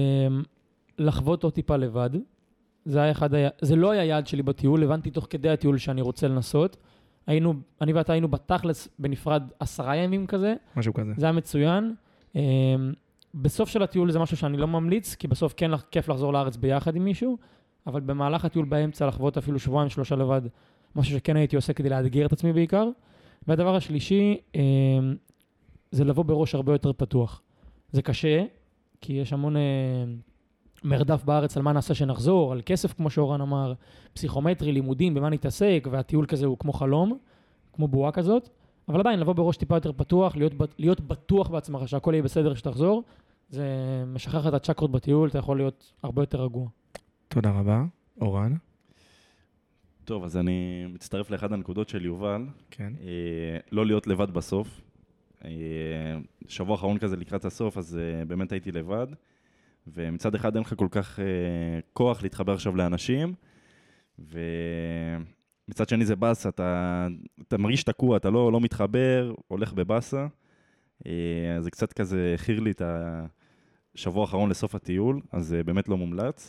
לחוות עוד טיפה לבד. זה לא היה יעד שלי בטיול, הבנתי תוך כדי הטיול שאני רוצה לנסות. אני ואתה היינו בתכלס בנפרד 10 ימים כזה. משהו כזה. זה היה מצוין. בסוף של הטיול זה משהו שאני לא ממליץ, כי בסוף כן כיף לחזור לארץ ביחד עם מישהו, אבל במהלך הטיול באמצע לחוות אפילו 2-3 לבד, משהו שכן הייתי עושה כדי לאתגר את עצמי בעיקר. והדבר השלישי, זה לבוא בראש הרבה יותר פתוח. זה קשה, כי יש המון מרדף בארץ על מה נעשה שנחזור, על כסף כמו שאורן אמר, פסיכומטרי, לימודים, במה נתעסק, והטיול כזה הוא כמו חלום, כמו בועה כזאת, אבל עדיין לבוא בראש טיפה יותר פתוח, להיות בטוח בעצמך שהכל יהיה בסדר שתחזור, זה משחרר את הצ'קרות בטיול, אתה יכול להיות הרבה יותר רגוע. תודה רבה, אורן. טוב, אז אני מצטרף לאחד הנקודות של יובל. כן. לא להיות לבד בסוף. שבוע אחרון כזה לקראת הסוף, אז באמת הייתי לבד. ומצד אחד אין לך כל כך כוח להתחבר עכשיו לאנשים. ומצד שני זה בסה, אתה מרגיש תקוע, אתה לא מתחבר, הולך בבסה. זה קצת כזה הכיר לי את השבוע האחרון לסוף הטיול, אז זה באמת לא מומלץ.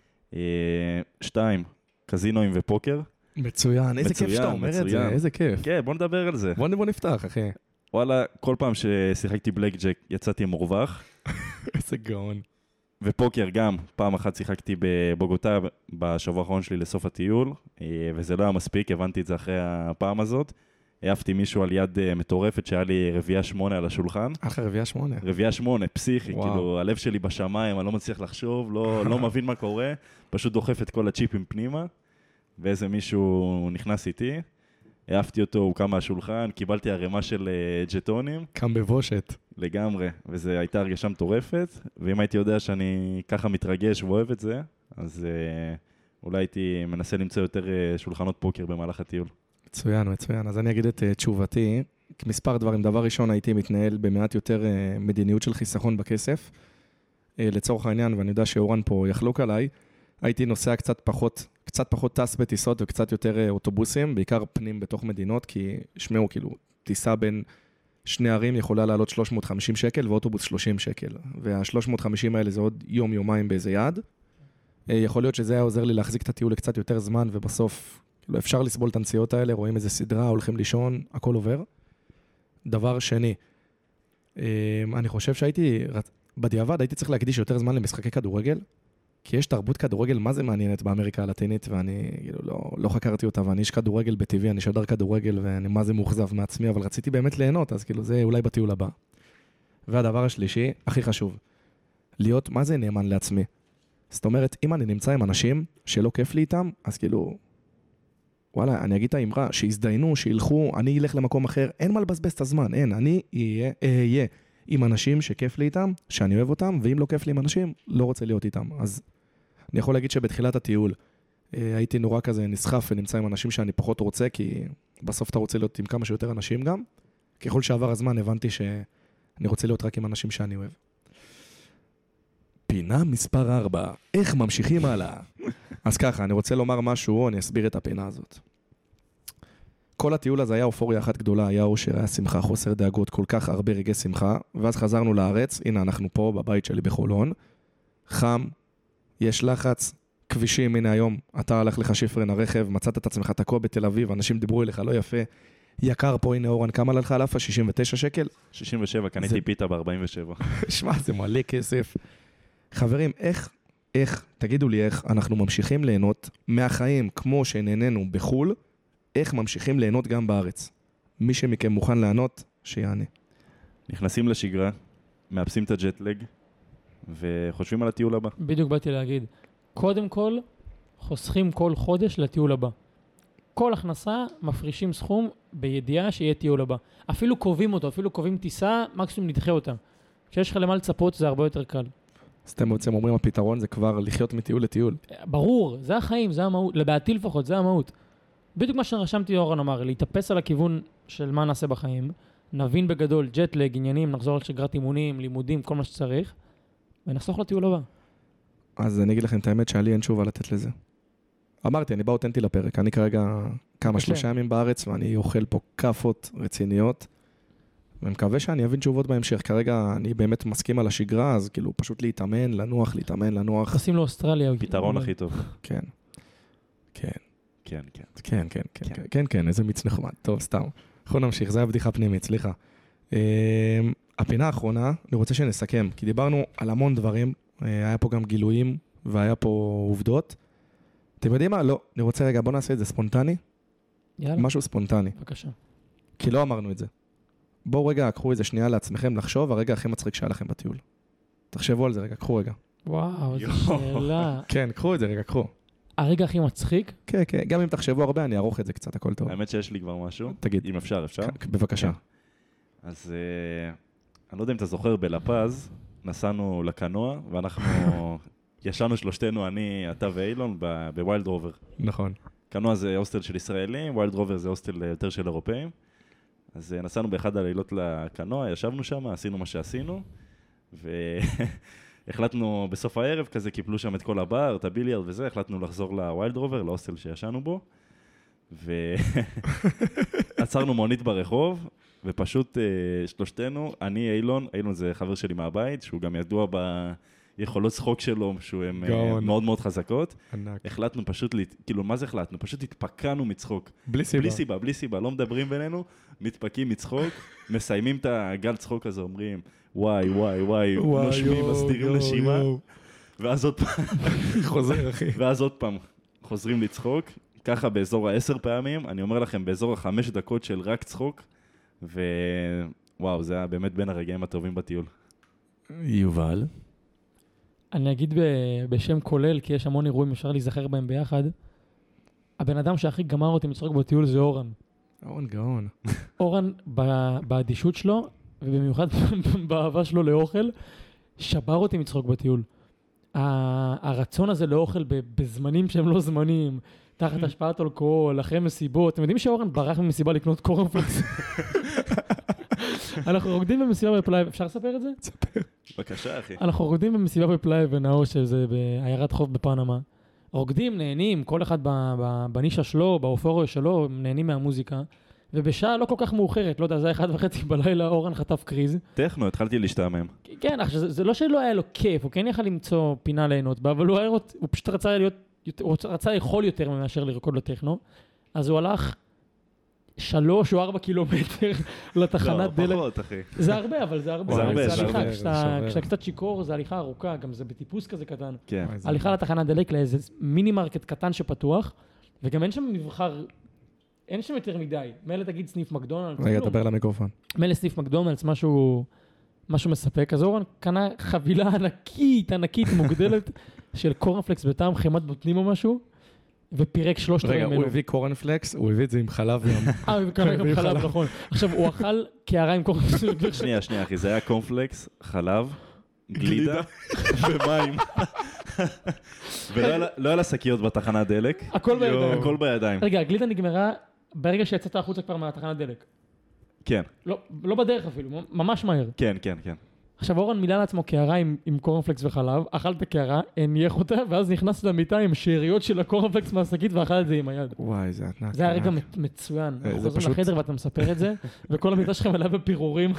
2, קזינואים ופוקר. מצוין, איזה כיף שאתה אומר את זה, איזה כיף. כן, בוא נדבר על זה. בוא נפתח, אחי. וואלה, כל פעם ששיחקתי בלייק ג'ק יצאתי מורווח. איזה גאון. ופוקר גם, פעם אחת שיחקתי בבוגוטה בשבוע האחרון שלי לסוף הטיול, וזה לא היה מספיק, הבנתי את זה אחרי הפעם הזאת. העפתי מישהו על יד מטורפת שהיה לי רביעה 8 על השולחן. אחרי רביעה 8? רביעה 8, פסיכי, כאילו הלב שלי בשמיים, אני לא מצליח לחשוב, לא מבין מה קורה, פשוט דוחף את כל הצ'יפים פנימה, ואיזה מישהו נכנס איתי, העפתי אותו, הוא קם מהשולחן, קיבלתי הרמה של ג'טונים. קם בבושת. לגמרי, וזו הייתה הרגשה מטורפת, ואם הייתי יודע שאני ככה מתרגש ואוהב את זה, אז אולי הייתי מנסה למצוא יותר שולחנות פוקר במהלך הטיול. מצוין, מצוין. אז אני אגיד את תשובתי. מספר דברים. דבר ראשון, הייתי מתנהל במעט יותר מדיניות של חיסכון בכסף. לצורך העניין, ואני יודע שאורן פה יחלוק עליי, הייתי נוסע קצת פחות טס בטיסות וקצת יותר אוטובוסים, בעיקר פנים בתוך מדינות, כי שמעו, כאילו, טיסה בין שני ערים יכולה לעלות 350 שקל ואוטובוס 30 שקל. וה-350 האלה זה עוד יומיים באיזה יעד. יכול להיות שזה היה עוזר לי להחזיק את הטיול לקצת יותר זמן, ובסוף כאילו, אפשר לסבול את הנסיעות האלה, רואים איזה סדרה, הולכים לישון, הכל עובר. דבר שני, אני חושב בדיעבד הייתי צריך להקדיש יותר זמן למשחקי כדורגל, כי יש תרבות כדורגל, מה זה מעניינת באמריקה הלטינית, ואני כאילו, לא חקרתי אותה, ואני איש כדורגל בטבעי, אני שדר כדורגל, ואני מה זה מאוכזב מעצמי, אבל רציתי באמת ליהנות, אז כאילו זה אולי בטיול הבא. והדבר השלישי, הכי חשוב, להיות, מה זה נאמן לעצמי? זאת אומרת, אם אני נמצא עם אנשים שלא כיף לי איתם, אז כאילו, וואלה, אני אגיד את האמרה, שיזדיינו, שילכו, אני אלך למקום אחר, אין מה לבזבז את הזמן, אין, אני אהיה עם אנשים שכיף לי איתם, שאני אוהב אותם, ואם לא כיף לי עם אנשים, לא רוצה להיות איתם. אז אני יכול להגיד שבתחילת הטיול, הייתי נורא כזה נסחף ונמצא עם אנשים שאני פחות רוצה, כי בסוף אתה רוצה להיות עם כמה שיותר אנשים גם. ככל שעבר הזמן הבנתי שאני רוצה להיות רק עם אנשים שאני אוהב. פינה מספר 4, איך ממשיכים הלאה? אז ככה, אני רוצה לומר משהו, אני אסביר את הפינה הזאת. כל הטיול הזה היה אופוריה אחת גדולה, היה אושר, היה שמחה, חוסר דאגות, כל כך הרבה רגעי שמחה, ואז חזרנו לארץ, הנה אנחנו פה בבית שלי בחולון, חם, יש לחץ, כבישים, הנה היום, אתה הלך לך שפרן הרכב, מצאת את עצמך תקוע בתל אביב, אנשים דיברו אליך, לא יפה, יקר פה, הנה אורן, כמה לך עליו? 69 שקל? 67, קניתי פיתה ב-47. שמע, זה מלא כסף. חברים, איך, תגידו לי איך אנחנו ממשיכים ליהנות מהחיים כמו שנהנינו בחול, איך ממשיכים ליהנות גם בארץ. מי שמכם מוכן לענות, שיענה. נכנסים לשגרה, מאפסים את הג'טלג, וחושבים על הטיול הבא. בדיוק באתי להגיד. קודם כל, חוסכים כל חודש לטיול הבא. כל הכנסה מפרישים סכום בידיעה שיהיה טיול הבא. אפילו קובעים אותו, אפילו קובעים טיסה, מקסימום נדחה אותה. כשיש לך למה לצפות זה הרבה יותר קל. אז אתם בעצם אומרים הפתרון זה כבר לחיות מטיול לטיול. ברור, זה החיים, זה המהות, לדעתי לפחות, זה המהות. בדיוק מה שרשמתי אורן אמר, להתאפס על הכיוון של מה נעשה בחיים, נבין בגדול, ג'טלג, עניינים, נחזור לשגרת אימונים, לימודים, כל מה שצריך, ונחסוך לטיול הבא. אז אני אגיד לכם את האמת שעלי אין תשובה לתת לזה. אמרתי, אני בא אותנטי לפרק, אני כרגע כמה 3 ימים בארץ, ואני אוכל פה קפות רציניות, ומקווה שאני אבין תשובות בהמשך. כרגע אני באמת מסכים על השגרה, אז כאילו פשוט להתאמן, לנוח, תשים לאוסטרליה. פתרון הכי טוב. כן. כן. כן, כן. כן, כן, כן, כן, כן, איזה מיץ נחמד. טוב, סתם. אנחנו נמשיך, זה היה בדיחה פנימית, סליחה. הפינה האחרונה, אני רוצה שנסכם, כי דיברנו על המון דברים, היה פה גם גילויים, והיה פה עובדות. אתם יודעים מה? לא, אני רוצה רגע, בוא נעשה את זה ספונטני. יאללה. משהו ספונטני. בבקשה. כי לא אמרנו את זה. בואו רגע, קחו איזה שנייה לעצמכם לחשוב, הרגע הכי מצחיק שהיה לכם בטיול. תחשבו על זה רגע, קחו רגע. וואו, איזו שאלה. כן, קחו את זה רגע, קחו. הרגע הכי מצחיק? כן, כן, גם אם תחשבו הרבה, אני אערוך את זה קצת, הכל טוב. האמת שיש לי כבר משהו. תגיד. אם אפשר. בבקשה. אז אני לא יודע אם אתה זוכר, בלפז נסענו לקנוע, ואנחנו ישנו שלושתנו, אני, אתה ואילון, בווילד רובר. נכון. קנוע זה הוסטל של ישראלים, ווילד רובר זה הוסטל יותר של אירופאים. אז נסענו באחד הלילות לקנוע, ישבנו שם, עשינו מה שעשינו, והחלטנו בסוף הערב, כזה קיפלו שם את כל הבר, את הביליארד וזה, החלטנו לחזור לווילד רובר, להוסטל שישנו בו, ועצרנו מונית ברחוב, ופשוט שלושתנו, אני, אילון זה חבר שלי מהבית, שהוא גם ידוע ביכולות צחוק שלו, שהן מאוד מאוד חזקות. ענק. החלטנו פשוט, כאילו מה זה החלטנו? פשוט התפקענו מצחוק. בלי סיבה. בלי סיבה, לא מדברים בינינו, מתפקים מצחוק, מסיימים את הגל צחוק הזה, אומרים, וואי, נושמים, מסתירים נשימה, ואז עוד פעם, חוזר אחי. ואז עוד פעם, חוזרים לצחוק, ככה באזור 10 פעמים, אני אומר לכם, באזור 5 דקות של רק צחוק, ווואו, זה היה באמת בין הרגעים הטובים בטיול. יובל? אני אגיד בשם כולל, כי יש המון אירועים, אפשר להיזכר בהם ביחד. הבן אדם שהכי גמר אותי מצחוק בטיול זה אורן. אורן גאון. אורן, באדישות שלו, ובמיוחד באהבה שלו לאוכל, שבר אותי מצחוק בטיול. הרצון הזה לאוכל בזמנים שהם לא זמנים, תחת השפעת אלכוהול, אחרי מסיבות. אתם יודעים שאורן ברח ממסיבה לקנות קורנפלקס? אנחנו רוקדים במסיבה בפלאי, אפשר לספר את זה? תספר. בבקשה, אחי. אנחנו רוקדים במסיבה בפלאי ונאו, שזה בעיירת חוף בפנמה. רוקדים, נהנים, כל אחד בנישה שלו, באופוריה שלו, נהנים מהמוזיקה. ובשעה לא כל כך מאוחרת, לא יודע, זה 1:30 בלילה, אורן חטף קריז. טכנו, התחלתי להשתעמם. כן, זה לא שלא היה לו כיף, הוא כן יכל למצוא פינה ליהנות בה, אבל הוא פשוט הוא רצה לאכול יותר מאשר לרקוד לטכנו, אז הוא הלך 3 או 4 קילומטר לתחנת דלק. לא, פחות, אחי. זה הרבה, אבל זה הרבה. זה הרבה, זה הרבה. כשאתה קצת שיקור, זה הליכה ארוכה, גם זה בטיפוס כזה קטן. כן. הליכה לתחנת דלק לאיזה מיני מרקט קטן שפתוח, וגם אין שם מבחר, אין שם יותר מדי. מילא תגיד סניף מקדונלדס. רגע, דבר למיקרופון. מילא סניף מקדונלדס, משהו מספק. אז אורן קנה חבילה ענקית מוגדלת של קורנפלקס בטעם חמת בוטנים או משהו, ופירק 3 רגע, ממנו. הוא הביא קורנפלקס, הוא הביא את זה עם חלב גם. הוא קנה גם חלב, נכון. עכשיו, הוא אכל קערה עם קורנפלקס. שנייה, אחי, זה היה קורנפלקס, חלב, גלידה ומים. ולא היה לה שקיות בתחנת דלק. הכל בידיים. הכל בידיים. רגע, הגלידה נגמרה ברגע שיצאת החוצה כבר מהתחנת דלק. כן. לא בדרך אפילו, ממש מהר. כן. עכשיו אורן מילא לעצמו קערה עם קורנפלקס וחלב, אכל את הקערה, הניח אותה, ואז נכנס למיטה עם שאריות של הקורנפלקס מהשקית ואכל את זה עם היד. וואי, זה ענק. זה היה רגע מצוין. אנחנו חוזרים לחדר ואתה מספר את זה, וכל המיטה שלך מלאה בפירורים.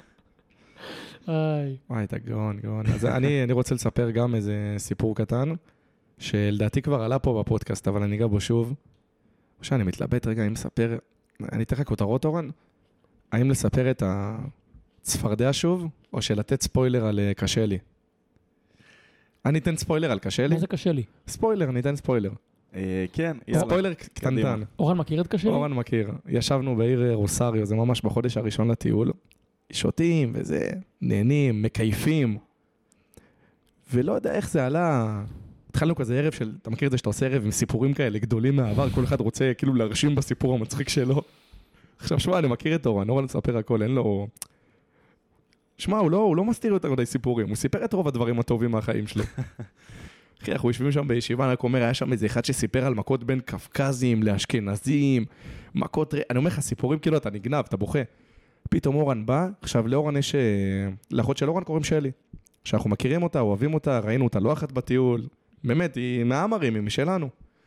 וואי, אתה גאון. אז אני רוצה לספר גם איזה סיפור קטן, שלדעתי כבר עלה פה בפודקאסט, אבל אני אגע בו שוב. או שאני מתלבט רגע, אם לספר, אני אתן לך כותרות, אורן? האם לספר את הצפרדע שוב, או שלתת ספוילר על קשה לי? אני אתן ספוילר על קשה לי? מה זה קשה לי? ספוילר, ניתן ספוילר. כן, יאללה. ספוילר קטנטן. אורן מכיר את קשה לי? אורן מכיר. ישבנו בעיר רוסריו, זה ממש בחודש הראשון לטיול. שותים וזה, נהנים, מקייפים. ולא יודע איך זה עלה. התחלנו כזה ערב של, אתה מכיר את זה שאתה עושה ערב עם סיפורים כאלה גדולים מהעבר, כל אחד רוצה כאילו להרשים בסיפור המצחיק שלו. עכשיו שמע, אני מכיר את אורן מספר הכל, אין לו... שמע, הוא לא מסתיר יותר מדי סיפורים, הוא סיפר את רוב הדברים הטובים מהחיים שלו. אחי, אנחנו יושבים שם בישיבה, אני רק אומר, היה שם איזה אחד שסיפר על מכות בין קפקזים לאשכנזים, מכות... אני אומר לך, סיפורים כאילו, אתה נגנב, אתה בוכה. פתאום אורן בא, עכשיו לאורן יש... לאחות של אורן קוראים שלי. שאנחנו מכירים אותה, אוהבים אותה, ראינו אותה לא אחת בטיול. באמת, היא מהאמרים, היא משלנו.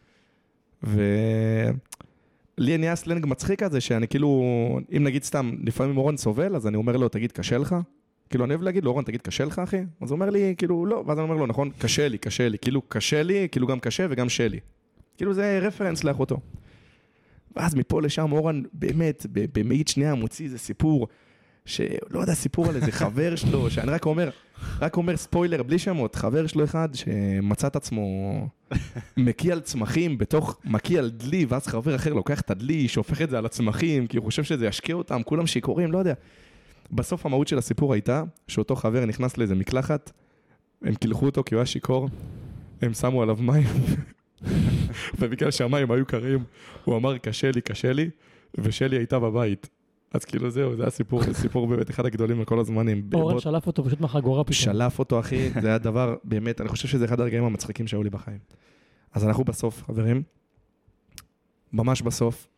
לי נהיה סלנג מצחיק הזה, שאני כאילו, אם נגיד סתם, לפעמים אורן סובל, אז אני אומר לו, תגיד, קשה לך? כאילו, אני אוהב להגיד לו, אורן, תגיד, קשה לך, אחי? אז הוא אומר לי, כאילו, לא, ואז אני אומר לו, נכון, קשה לי, כאילו, קשה לי, כאילו, גם קשה וגם שלי. כאילו, זה רפרנס לאחותו. ואז מפה לשם, אורן, באמת, במאית שנייה מוציא איזה סיפור, שלא יודע, סיפור על איזה חבר שלו, שאני רק אומר ספוילר, בלי שמות, חבר שלו אחד שמצא את עצמו מקיא על צמחים, מקיא על דלי, ואז חבר אחר לוקח את הדלי, שהופך את זה על הצמחים, כי הוא חושב שזה ישקיע אותם, כולם שיקורים, לא יודע. בסוף המהות של הסיפור הייתה, שאותו חבר נכנס לאיזה מקלחת, הם קילחו אותו כי הוא היה שיקור, הם שמו עליו מים, ובגלל שהמים היו קרים, הוא אמר, קשה לי, ושלי הייתה בבית. אז כאילו זהו, זה היה סיפור באמת אחד הגדולים לכל הזמנים. אורן שלף אותו פשוט מהחגורה פתאום. שלף אותו, אחי, זה היה דבר, באמת, אני חושב שזה אחד הרגעים המצחיקים שהיו לי בחיים. אז אנחנו בסוף, חברים, ממש בסוף,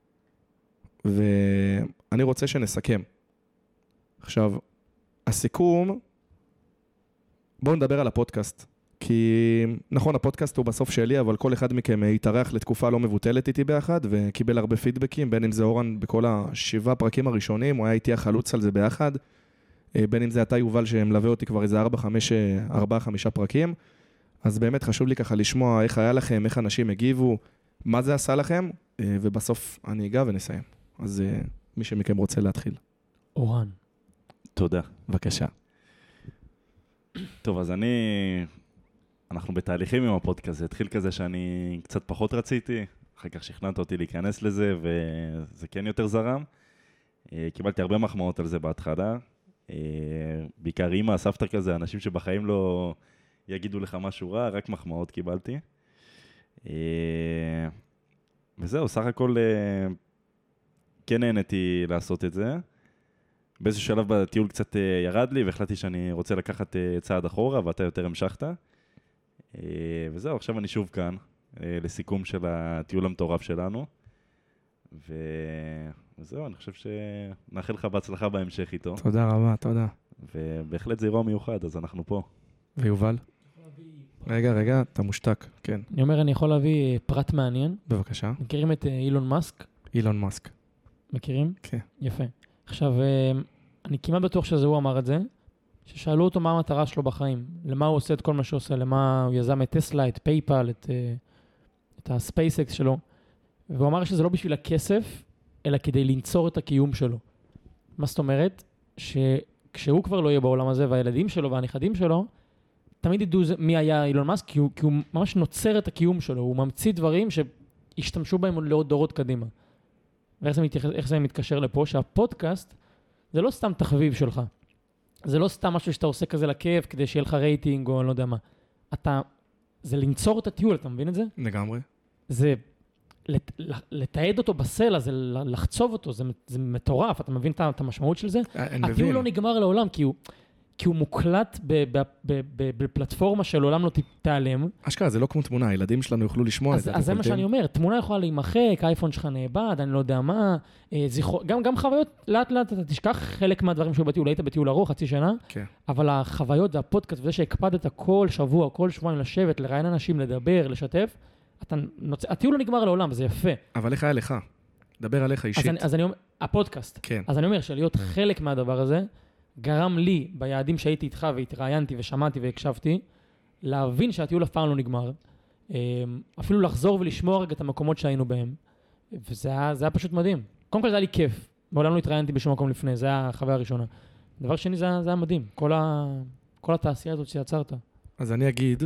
ואני רוצה שנסכם. עכשיו, הסיכום, בואו נדבר על הפודקאסט, כי נכון, הפודקאסט הוא בסוף שלי, אבל כל אחד מכם התארח לתקופה לא מבוטלת איתי ביחד, וקיבל הרבה פידבקים, בין אם זה אורן בכל 7 פרקים הראשונים, הוא היה איתי החלוץ על זה ביחד, בין אם זה אתה יובל שמלווה אותי כבר איזה 4-5 פרקים, אז באמת חשוב לי ככה לשמוע איך היה לכם, איך אנשים הגיבו, מה זה עשה לכם, ובסוף אני אגע ונסיים. אז מי שמכם רוצה להתחיל. אורן. תודה. בבקשה. טוב, אז אנחנו בתהליכים עם הפודקאסט, זה התחיל כזה שאני קצת פחות רציתי, אחר כך שכנעת אותי להיכנס לזה, וזה כן יותר זרם. קיבלתי הרבה מחמאות על זה בהתחלה, בעיקר אמא, סבתא כזה, אנשים שבחיים לא יגידו לך משהו רע, רק מחמאות קיבלתי. וזהו, סך הכל כן נהניתי לעשות את זה. באיזשהו שלב בטיול קצת ירד לי, והחלטתי שאני רוצה לקחת צעד אחורה, ואתה יותר המשכת. וזהו, עכשיו אני שוב כאן, לסיכום של הטיול המטורף שלנו. וזהו, אני חושב שנאחל לך בהצלחה בהמשך איתו. תודה רבה, תודה. ובהחלט זה אירוע מיוחד, אז אנחנו פה. ויובל? רגע, אתה מושתק, כן. אני אומר, אני יכול להביא פרט מעניין. בבקשה. מכירים את אילון מאסק? אילון מאסק. מכירים? כן. יפה. עכשיו, אני כמעט בטוח שזה הוא אמר את זה, ששאלו אותו מה המטרה שלו בחיים, למה הוא עושה את כל מה שהוא עושה, למה הוא יזם את טסלה, את פייפל, את הספייסקס שלו, והוא אמר שזה לא בשביל הכסף, אלא כדי לנצור את הקיום שלו. מה זאת אומרת? שכשהוא כבר לא יהיה בעולם הזה, והילדים שלו והנכדים שלו, תמיד ידעו מי היה אילון מאסק, כי הוא ממש נוצר את הקיום שלו, הוא ממציא דברים שהשתמשו בהם לעוד דורות קדימה. ואיך זה מתקשר לפה? שהפודקאסט זה לא סתם תחביב שלך. זה לא סתם משהו שאתה עושה כזה לכיף, כדי שיהיה לך רייטינג או אני לא יודע מה. זה לנצור את הטיול, אתה מבין את זה? לגמרי. זה לתעד אותו בסלע, זה לחצוב אותו, זה מטורף, אתה מבין את המשמעות של זה? הטיול לא נגמר לעולם, כי הוא מוקלט בפלטפורמה של עולם לא תיעלם. אשכרה, זה לא כמו תמונה, הילדים שלנו יוכלו לשמוע את זה. אז זה מה שאני אומר, תמונה יכולה להימחק, האייפון שלך נאבד, אני לא יודע מה, גם חוויות, לאט לאט אתה תשכח חלק מהדברים שהיו בטיול, היית בטיול ארוך, חצי שנה, אבל החוויות והפודקאסט וזה שהקפדת כל שבוע, כל שבועיים לשבת, לראיין אנשים, לדבר, לשתף, הטיול לא נגמר לעולם, זה יפה. אבל איך היה לך? דבר עליך אישית. אז אני אומר, הפודקאסט. כן. אז אני אומר שלהיות חלק מהדבר הזה, גרם לי, ביעדים שהייתי איתך והתראיינתי ושמעתי והקשבתי, להבין שהטיול אף פעם לא נגמר. אפילו לחזור ולשמור רגע את המקומות שהיינו בהם. וזה היה פשוט מדהים. קודם כל זה היה לי כיף. מעולם לא התראיינתי בשום מקום לפני, זה היה החוויה הראשונה. דבר שני, זה היה מדהים. כל התעשייה הזאת שיצרת. אז אני אגיד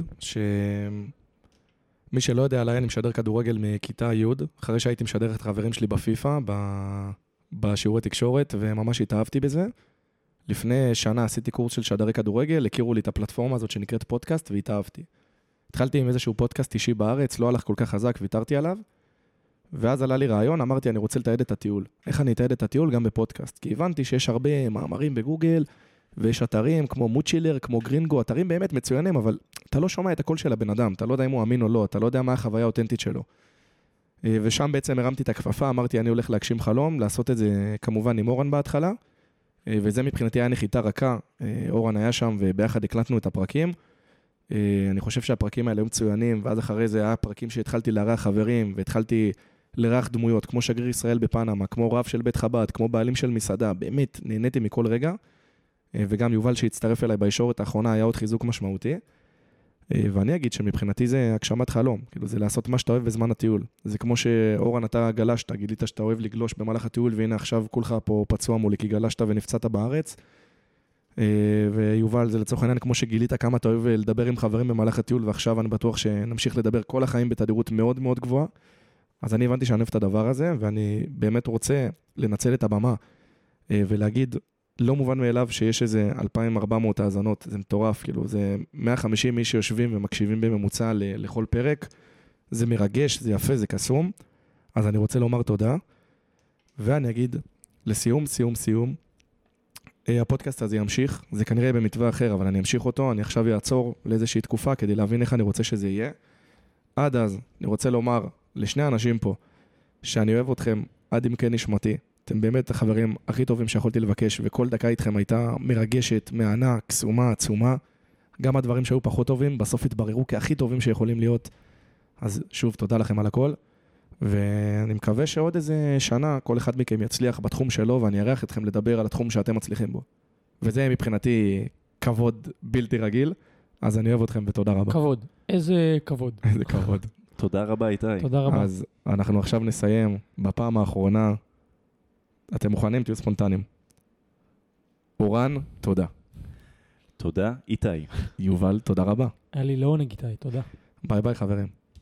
מי שלא יודע עליי, אני משדר כדורגל מכיתה י', אחרי שהייתי משדר את חברים שלי בפיפה, בשיעורי תקשורת, וממש התאהבתי בזה. לפני שנה עשיתי קורס של שדרי כדורגל, הכירו לי את הפלטפורמה הזאת שנקראת פודקאסט, והתאהבתי. התחלתי עם איזשהו פודקאסט אישי בארץ, לא הלך כל כך חזק, ויתרתי עליו, ואז עלה לי רעיון, אמרתי, אני רוצה לתעד את הטיול. איך אני אתעד את הטיול? גם בפודקאסט. כי הבנתי שיש הרבה מאמרים בגוגל, ויש אתרים כמו מוצ'ילר, כמו גרינגו, אתרים באמת מצוינים, אבל אתה לא שומע את הקול של הבן אדם, אתה לא יודע אם הוא אמין או לא, אתה לא יודע מה החוויה האותנטית שלו. ושם בעצם הרמתי את הכפפה, אמרתי, אני הולך להגשים חלום, לעשות את זה כמובן עם אורן בהתחלה, וזה מבחינתי היה נחיתה רכה, אורן היה שם וביחד הקלטנו את הפרקים. אני חושב שהפרקים האלה היו מצוינים, ואז אחרי זה היה פרקים שהתחלתי לארח חברים, והתחלתי לארח דמויות, כמו שגריר ישראל בפנמה, כמו רב של בית חב"ד, כמו בעלים של מסעדה, באמת נהניתי מכל רגע, וגם יובל שהצטרף אליי בישורת האחרונה היה עוד חיזוק משמעותי, ואני אגיד שמבחינתי זה הגשמת חלום, כאילו זה לעשות מה שאתה אוהב בזמן הטיול. זה כמו שאורן אתה גלשת, גילית שאתה אוהב לגלוש במהלך הטיול, והנה עכשיו כולך פה פצוע מולי, כי גלשת ונפצעת בארץ. ויובל זה לצורך העניין כמו שגילית כמה אתה אוהב לדבר עם חברים במהלך הטיול, ועכשיו אני בטוח שנמשיך לדבר כל החיים בתדירות מאוד מאוד גבוהה. אז אני הבנתי שאני אוהב את הדבר הזה, ואני באמת רוצה לנצל את הבמה ולהגיד, לא מובן מאליו שיש איזה 2,400 האזנות, זה מטורף, כאילו, זה 150 איש שיושבים ומקשיבים בממוצע לכל פרק, זה מרגש, זה יפה, זה קסום, אז אני רוצה לומר תודה, ואני אגיד, לסיום, הפודקאסט הזה ימשיך, זה כנראה במתווה אחר, אבל אני אמשיך אותו, אני עכשיו אעצור לאיזושהי תקופה, כדי להבין איך אני רוצה שזה יהיה. עד אז, אני רוצה לומר לשני אנשים פה, שאני אוהב אתכם עד עמקי נשמתי, אתם באמת החברים הכי טובים שיכולתי לבקש, וכל דקה איתכם הייתה מרגשת, מענה, קסומה, עצומה. גם הדברים שהיו פחות טובים, בסוף התבררו כהכי טובים שיכולים להיות. אז שוב, תודה לכם על הכל. ואני מקווה שעוד איזה שנה, כל אחד מכם יצליח בתחום שלו, ואני ארח אתכם לדבר על התחום שאתם מצליחים בו. וזה מבחינתי כבוד בלתי רגיל, אז אני אוהב אתכם ותודה רבה. כבוד. איזה כבוד. איזה כבוד. תודה רבה, איתי. תודה רבה. אז אנחנו עכשיו נסיים בפעם האחרונה. אתם מוכנים? תהיו ספונטניים. אורן, תודה. תודה, איתי. יובל, תודה רבה. היה לי לעונג איתי, תודה. ביי ביי חברים.